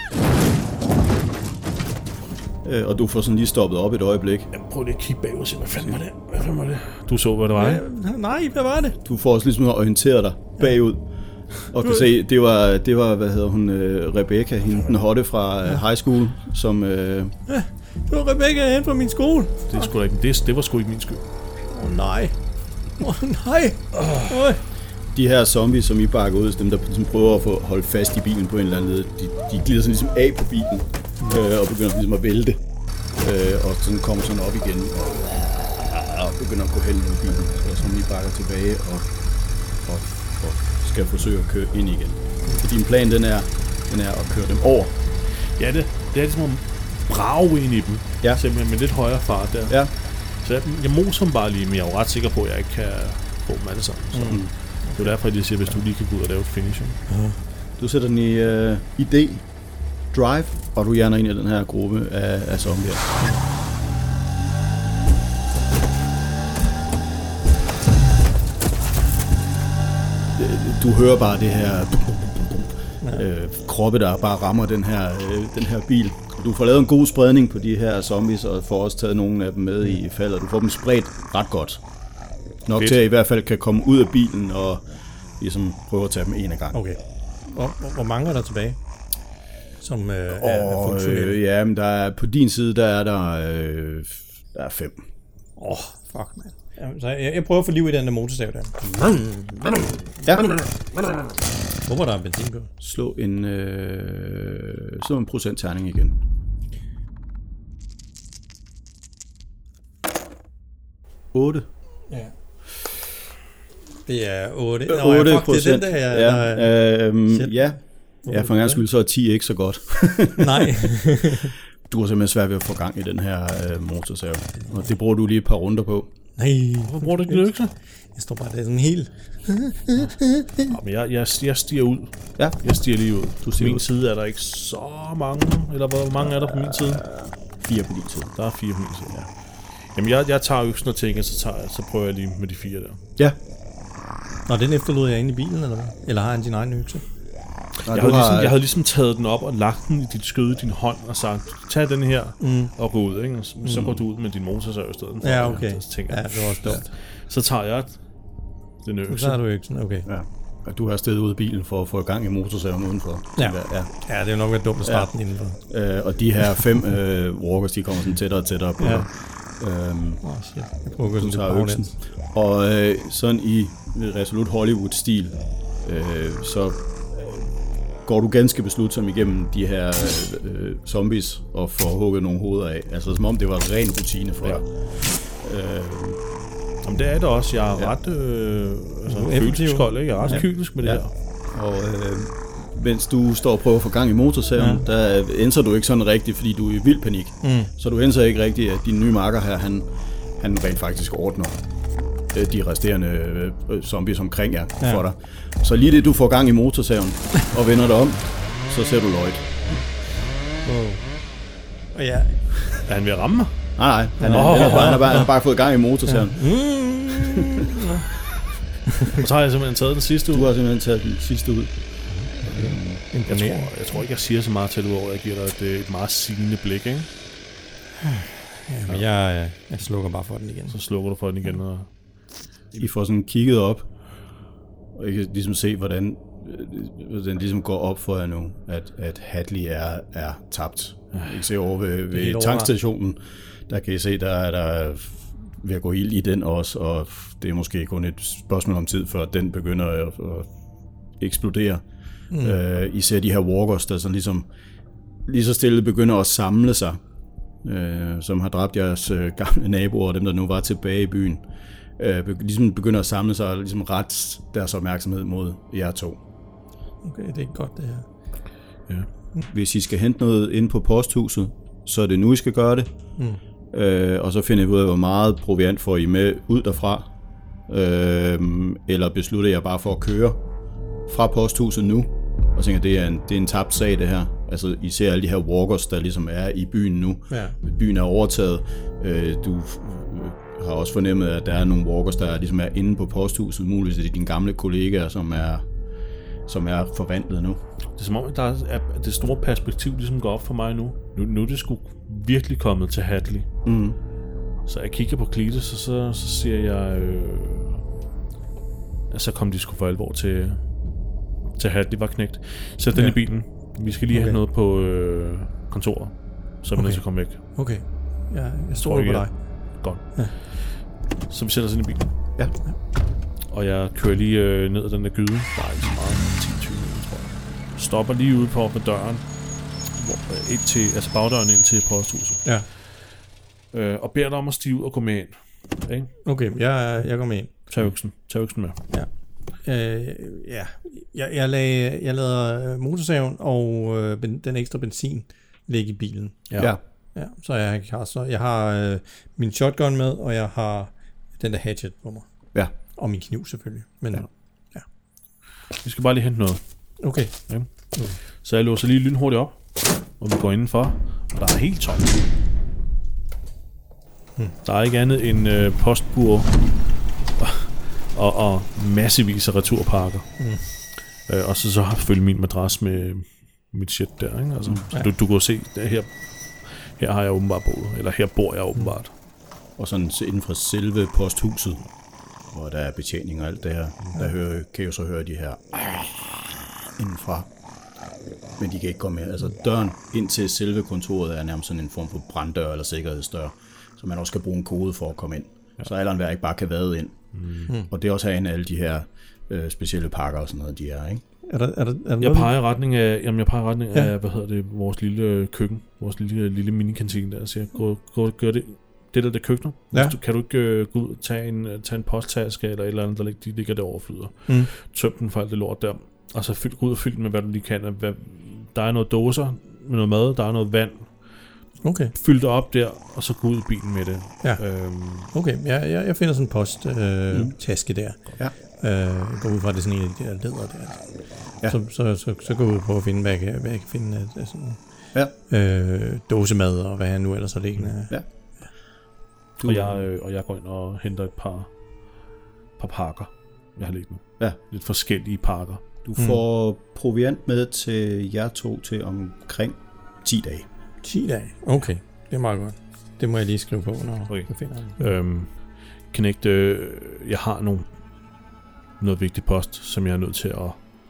Øh, og du får sådan lige stoppet op et øjeblik.
Jeg prøver lige at kigge bagud og se, hvad fanden var det? Hvad fanden var det? Du så, hvad det var, ikke?
Ja, nej, hvad var det?
Du får også ligesom at orientere dig bagud. Og kan se, det var, det var hvad hedder hun, øh, Rebecca, hende, den hotte fra øh, high school, som... Øh,
Ja, det var Rebecca hen fra min skole.
Det, er sgu da ikke, det, det var sgu ikke min skyld.
Åh oh, nej. Åh oh, nej. Oh.
de her zombies, som I bakker ud, dem der ligesom prøver at få holdt fast i bilen på en eller anden led, de, de glider sådan ligesom af på bilen, øh, og begynder ligesom at vælte. Øh, og sådan kommer sådan op igen, og, og begynder at gå hen i bilen, og så I bakker tilbage, og, og, og skal forsøge at køre ind igen. Så din plan, den er, den er at køre dem over.
Ja, det, det er ligesom at brage ind i dem.
Ja.
Simpelthen med lidt højere fart der.
Ja.
Så jeg, jeg moser dem bare lige, men jeg er jo ret sikker på, at jeg ikke kan få dem alle sammen. Så
Mm.
det er derfor, at jeg siger, hvis du lige kan gå ud og lave et finish.
Uh-huh. Du sætter den i uh, I D, drive, og du hjerner ind i den her gruppe af, af zombier. Du hører bare det her bum, bum, bum, bum, øh, kroppe, der bare rammer den her, øh, den her bil. Du får lavet en god spredning på de her zombies, og får også taget nogle af dem med i faldet. Du får dem spredt ret godt. Nok
Fedt.
til at I hvert fald kan komme ud af bilen og ligesom prøve at tage dem en af gangen.
Okay. Hvor, hvor, hvor mange er der tilbage, som øh, er, er
Og
funktionelle?
øh, ja, men der er, på din side, der er der, øh, der er fem.
Åh, oh, fuck, man. Ja, så jeg, jeg prøver at få liv i den der motorsav der.
Ja.
Hvorfor der er benzin på?
Slå en, øh, slå en procentterning igen. otte.
Ja. Det er otte.
Øh,
Nå, ja,
otte
fuck, det er den
procent.
der, jeg,
Ja,
der
øhm,
Shit.
ja. Ja, for en gang skyld, så er ti ikke så godt.
nej.
Du har simpelthen svært ved at få gang i den her øh, motorsav. Og det bruger du lige et par runder på.
nej.
Hvor bruger du ikke lykke?
Jeg står bare der sådan helt...
Men jeg, jeg, jeg stiger ud.
Ja.
Jeg stiger lige ud.
Du
På
stiger
min
ud.
side er der ikke så mange. Eller hvor mange er der på min side?
Fire på din side.
Der er fire på min side, ja. Jamen, jeg, jeg tager øksen og tænker, så, tager jeg, så prøver jeg lige med de fire der.
Ja.
Nå, den efterlod jeg inde i bilen, eller hvad? Eller har han sin egen økse?
Nej,
Jeg havde, ligesom, jeg havde ligesom taget den op og lagt den i dit skøde i din hånd og sagt, tag den her
Mm.
og gå ud, ikke? Og så, så går du ud med din motorsav i stedet. for.
Ja, okay.
Så tænker
Ja,
jeg,
det var også dumt.
så tager jeg den økse.
Så har du øksen, okay.
Ja. Og du har stedet ud af bilen for at få i gang i motorsaven udenfor.
Ja.
ja.
Ja, det er jo nok været dumt at starte ja. den indenfor.
Øh, og de her fem øh, walkers, de kommer sådan tættere og tættere på.
Ja.
Øhm,
Åh, oh, shit. Jeg prøver at gå
du
sådan
tager
lidt
øksen.
baglæns.
Og øh, sådan i resolut Hollywood-stil, øh, så går du ganske beslutsom igennem de her øh, øh, zombies og får hugget nogle hoveder af. Altså som om det var ren rutine for dig. Øh,
Jamen, det er det også. Jeg er
Ja.
ret øh, altså,
Du er effektiv.
følelseskold, ikke? Jeg er ret
Ja.
kynisk med det
Ja.
her.
og øh, mens du står og prøver at få gang i motorsaven, ja. der ændrer du ikke sådan rigtigt, fordi du er i vild panik.
Mm.
Så du ændrer ikke rigtigt, at din nye marker her, han, han rent faktisk ordner øh, de resterende øh, zombies omkring jer
Ja.
for dig. Så lige det, du får gang i motorsaven og vender dig om, så ser du Lloyd.
Wow. Og ja.
Er han ved at ramme mig?
Nej, nej, han, er,
Åh.
han, er bare, han, er bare, han har bare fået gang i motorsaven.
Mm.
Og så har jeg simpelthen taget den sidste ud.
Du har simpelthen taget den sidste ud.
Jeg tror, jeg tror ikke, jeg siger så meget til, udover jeg giver dig et, et meget sigende blik, ikke?
Ja, men jeg, jeg slukker bare for den igen.
Så slukker du for den igen. Og...
I får sådan kigget op, og I kan ligesom se, hvordan den ligesom går op for jer nu, at, at Hadley er, er tabt. I ser over ved, ved tankstationen, der kan I se, der er der ved at gå ild i den også, og det er måske kun et spørgsmål om tid, før den begynder at, at eksplodere. Mm. Uh, I ser de her walkers, der sådan ligesom lige så stille begynder at samle sig, uh, som har dræbt jeres uh, gamle naboer, og dem der nu var tilbage i byen. Uh, ligesom begynder at samle sig og ligesom ret deres opmærksomhed mod jer to.
Okay, det er godt det her.
Ja. Hvis I skal hente noget inde på posthuset, så er det nu, I skal gøre det. Mm. Øh, og så finder I ud af, hvor meget proviant får I med ud derfra. Øh, eller beslutter jeg bare for at køre fra posthuset nu. Og tænker, det er en, det er en tabt sag, det her. Altså, I ser alle de her walkers, der ligesom er i byen nu. Ja. Byen er overtaget. Øh, du har også fornemmet, at der er nogle walkers, der ligesom er inde på posthuset. Muligvis det er dine gamle kollegaer, som er... som er forvandlet nu.
Det er som om, der er det store perspektiv ligesom går op for mig nu. Nu, nu er det sgu virkelig kommet til Hadley. Mm. Så jeg kigger på Cletus, og så, så siger jeg, øh, at så kom de sgu for alvor til, til Hadley var knægt. Sæt den ja. i bilen. Vi skal lige okay. have noget på øh, kontoret, så er vi okay. nødt til at komme væk.
Okay. Ja, jeg stoler på dig.
Godt. Ja. Så vi sætter os ind i bilen.
Ja. ja.
Og jeg kører lige øh, ned ad den der gyde. Der er ikke så meget. ti til tyve minutter, tror jeg. Stopper lige ude på op med døren. Hvor, ind til, altså bagdøren ind til posthuset.
Ja.
Øh, og beder dig om at stige ud og gå med ind. Okay,
okay jeg, jeg går med ind.
Tag øksen. Tag øksen med.
Ja. Øh, ja. Jeg, jeg, lagde, jeg lader motorsaven og øh, ben, den ekstra benzin ligge i bilen.
Ja. ja.
ja så jeg har, så jeg har øh, min shotgun med, og jeg har den der hatchet på mig.
Ja.
Og min kniv selvfølgelig. Men, ja. Ja.
Vi skal bare lige hente noget.
Okay.
Ja. Okay. Så jeg låser lige lynhurtigt op, og vi går indenfor, og der er helt tomt. Hmm. Der er ikke andet end øh, postbur og, og massevis af returpakker. Hmm. Øh, og så, så har jeg selvfølgelig min madras med mit shit der. Ikke? Altså, ja. Så du, du kan se, der her, her har jeg åbenbart boet, eller her bor jeg åbenbart.
Og sådan inden for selve posthuset, hvor der er betjening og alt det her, ja. der hører, kan jeg jo så høre de her indenfra. Men de kan ikke komme med. Altså døren ind til selve kontoret er nærmest sådan en form for branddør eller sikkerhedsdør, så man også skal bruge en kode for at komme ind. Ja. Så alderen hver ikke bare kan vade ind. Mm. Og det er også herinde alle de her øh, specielle pakker og sådan noget, de er, ikke?
Er der, er der, er der
jeg peger i retning af, jamen jeg peger i retning ja. af, hvad hedder det, vores lille køkken, vores lille, lille minikantine der, så jeg går, går, gør det. Det der, det køkkener. Ja. Du, kan du ikke uh, gå ud og tage en, tage en posttaske eller et eller andet, der ligger, de ligger der overflyder. Mm. Tøm den for alt det lort der. Og så fyld, gå ud og fyld den med, hvad du lige kan. Hvad, der er noget dåser med noget mad, der er noget vand.
Okay.
Fyld det op der, og så gå ud i bilen med det.
Ja. Øhm. Okay, jeg, jeg, jeg finder sådan en posttaske øh, mm. der. Ja. Øh, jeg går ud fra, det er sådan en af de der leder der. Ja. Så, så, så, så går jeg ud på at finde, hvad jeg kan, hvad jeg kan finde af, af sådan ja. øh, dåsemad, og hvad jeg nu ellers har liggende.
Ja. Du, og, jeg, øh, og jeg går ind og henter et par, par pakker, jeg har liggende. Ja. Lidt forskellige pakker.
Du får mm. proviant med til jer to til omkring ti dage.
ti dage? Okay, det er meget godt. Det må jeg lige skrive på, når okay. jeg finder det.
Øhm, Knægt, øh, jeg har nogle, noget vigtigt post, som jeg er nødt til at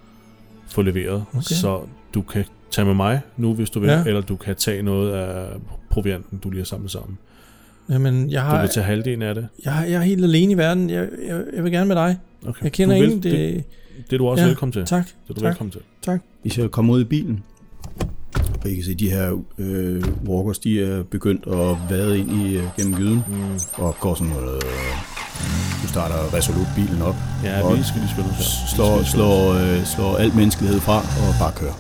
få leveret. Okay. Så du kan tage med mig nu, hvis du vil, ja. Eller du kan tage noget af provianten, du lige har samlet sammen.
Jamen, jeg har...
Du vil tage halvdelen af det?
Jeg, jeg er helt alene i verden. Jeg, jeg, jeg vil gerne med dig. Okay. Jeg kender ingen. Det,
det, det er du også ja, velkommen til.
Tak.
Det er du
tak,
velkommen til.
Tak.
I skal komme ud i bilen. Og I kan se, de her øh, walkers, de er begyndt at vade ind i, øh, gennem gyden. Mm. Og går sådan noget... Øh, du starter resolut bilen op.
Ja,
og
vi skal lige spille
slår, slår, øh, slår alt menneskelighed fra og bare kører.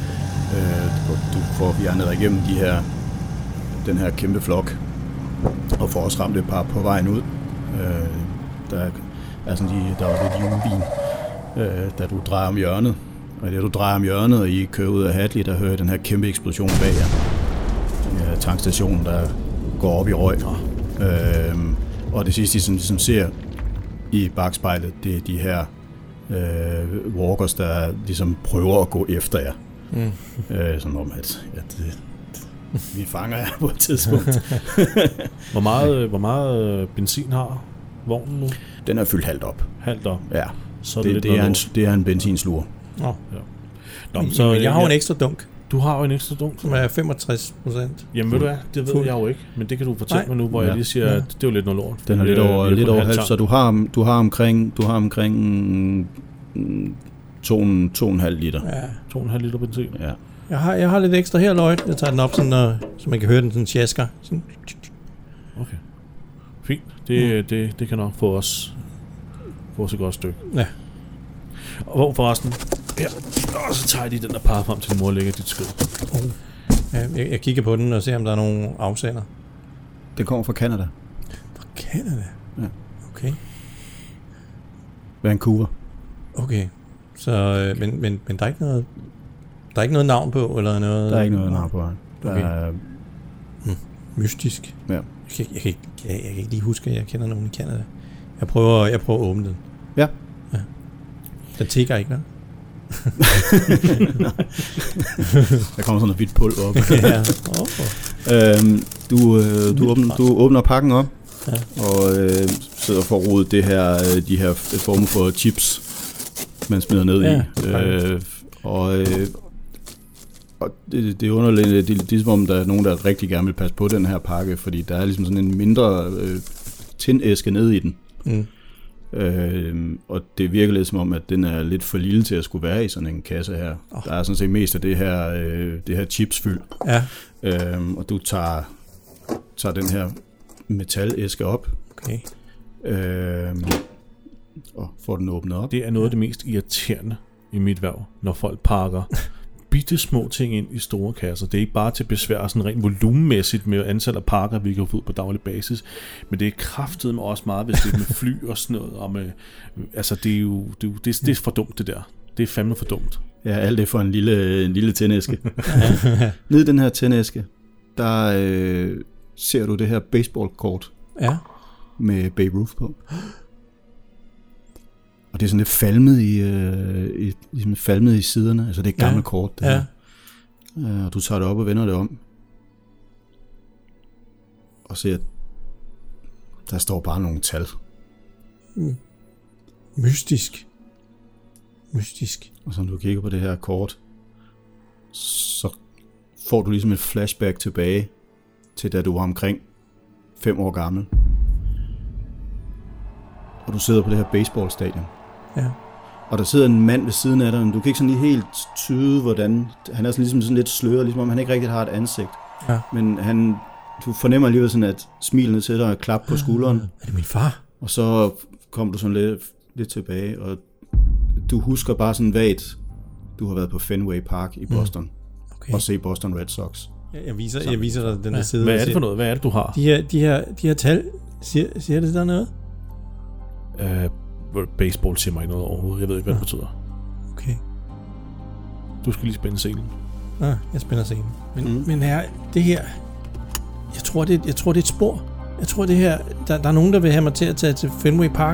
Øh, du får fjernet igennem de her, den her kæmpe flok. Og får også ramt et par på vejen ud. Øh, der, er sådan de, der er også lidt julevin, øh, da du drejer om hjørnet. Og i det du drejer om hjørnet, og I kører ud af Hadley, der hører den her kæmpe eksplosion bag jer. Den her tankstation, der går op i røg. Øh, og det sidste, I som, som ser i bagspejlet, det er de her øh, walkers, der ligesom prøver at gå efter jer. Mm. Øh, sådan om, at, at vi fanger jer på et tidspunkt.
hvor, meget, hvor meget benzin har vognen nu?
Den er fyldt halvt op.
Halvt op?
Ja. Så det, det, det, er en, det er en benzinsluger.
Nå.
Ja. Nå,
Men,
så,
men jeg har jo
ja,
en ekstra dunk,
Du har jo en ekstra dunk.
som er femogtres procent.
Jamen ved du hvad, det ved
Fuld.
jeg jo ikke, men det kan du fortælle
Nej.
mig nu, hvor
Ja.
jeg lige siger,
Ja.
at det er jo lidt noget lort.
Den er lidt
Øh,
over,
vi er
lidt
kun
over
halv
halv,
tank.
så du har, du har omkring, du har omkring mm, to, to og en halv liter.
Ja.
to komma fem liter benzin.
Ja.
Jeg har, jeg har lidt ekstra her, Lloyd. Jeg tager den op, sådan, når, så man kan høre den sådan sjasker. Sådan.
Okay. Fint. Det, det, det kan nok få os, få os et godt stykke.
Ja.
Og hvor forresten, her, og så tager jeg lige den der par frem til din mor lægger dit skrid.
Oh. Ja, jeg, jeg kigger på den og ser, om der er nogle afsender.
Den kommer fra Canada.
Fra Canada?
Ja.
Okay.
Vancouver.
Okay. Så, øh, men, men, men der er ikke noget, der er ikke noget navn på, eller noget?
Der er ikke noget navn på vejen. Der
Okay.
er,
Mystisk.
Ja.
Jeg kan, jeg, kan ikke, jeg, jeg kan ikke lige huske, at jeg kender nogen i Canada. Jeg prøver, jeg prøver at åbne den.
Ja.
Ja. Den tigger ikke, vel?
der kommer sådan noget hvidt pulver op.
Ja. Oh.
øhm, du, øh, du, åbner, du åbner pakken op,
Ja.
og øh, sidder for at rode det her, øh, de her former for chips, man smider ned
Ja,
i. Øh, og øh, og det, det er underligt, det, det, det er som om, der er nogen, der rigtig gerne vil passe på den her pakke, fordi der er ligesom sådan en mindre øh, tindæske ned i den.
Mm.
Øh, og det virker lidt som om, at den er lidt for lille til at skulle være i sådan en kasse her.
Oh.
Der er sådan set mest af det her, øh, det her chipsfyld.
Ja.
Øh, og du tager, tager den her metalæske op,
Okay.
øh, og får den åbnet op.
Det er noget af det mest irriterende i mit værv, når folk pakker bitte små ting ind i store kasser. Det er ikke bare til besvær sådan rent volumenmæssigt med antal af pakker, vi kan få ud på daglig basis, men det er kraftedeme også meget, hvis det er med fly og sådan noget. Og med, altså, det er jo det er, det, det er for dumt, det der. Det er fandme for dumt.
Ja, alt det for en lille, en lille tændæske. Nede i den her tændæske, der øh, ser du det her baseballkort
Ja.
med Babe Ruth på. Og det er sådan lidt falmet i, øh, i, ligesom falmet i siderne. Altså det er et gammelt
Ja.
kort. Det
Ja.
her. Øh, og du tager det op og vender det om. Og ser, at der står bare nogle tal.
Mystisk. Mystisk.
Og så når du kigger på det her kort, så får du ligesom et flashback tilbage til da du var omkring fem år gammel. Og du sidder på det her baseballstadion.
Ja.
Og der sidder en mand ved siden af dig, men du kan ikke sådan lige helt tyde, hvordan... Han er sådan ligesom sådan lidt sløret, ligesom om han ikke rigtig har et ansigt.
Ja.
Men han, du fornemmer alligevel sådan, at smilene til dig og klap på skulderen.
Er det min far?
Og så kommer du sådan lidt, lidt tilbage, og du husker bare sådan vagt, du har været på Fenway Park i Boston,
Okay.
og se Boston Red Sox.
Jeg, jeg, viser, jeg viser dig den der
Ja.
side.
Hvad er
og
det
siger,
for noget? Hvad er det, du har?
De her, de her, de her tal, siger, siger det der noget?
Uh, baseball siger mig ikke noget overhovedet. Jeg ved ikke, hvad det betyder.
Okay.
Du skal lige spænde scenen.
Ah, jeg spænder scenen. Men,
Mm.
mm. men her, det her, jeg tror det, jeg tror det er et spor. Jeg tror det her, der, der er nogen, der vil have mig til at tage til Fenway Park.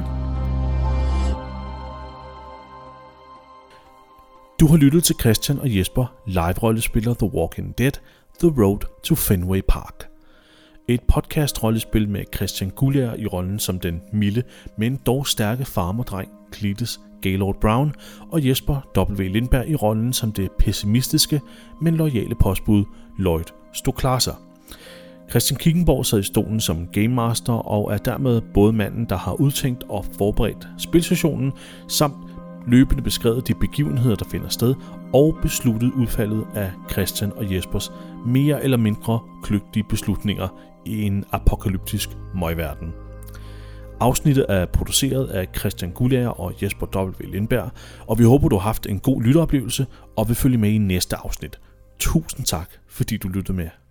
Du har lyttet til Christian og Jesper, live-rollespiller The Walking Dead, The Road to Fenway Park. Et podcast-rollespil med Christian Gullier i rollen som den milde, men dog stærke farmerdreng Cletus Gaylord Brown, og Jesper W. Lindberg i rollen som det pessimistiske, men loyale postbud Lloyd Stoklasser. Christian Kickenborg sad i stolen som Game Master og er dermed både manden, der har udtænkt og forberedt spilsessionen, samt løbende beskrevet de begivenheder, der finder sted, og besluttet udfaldet af Christian og Jespers mere eller mindre kløgtige beslutninger i en apokalyptisk møgverden. Afsnittet er produceret af Christian Gullier og Jesper W. Lindberg, og vi håber, du har haft en god lytteoplevelse og vil følge med i næste afsnit. Tusind tak, fordi du lyttede med.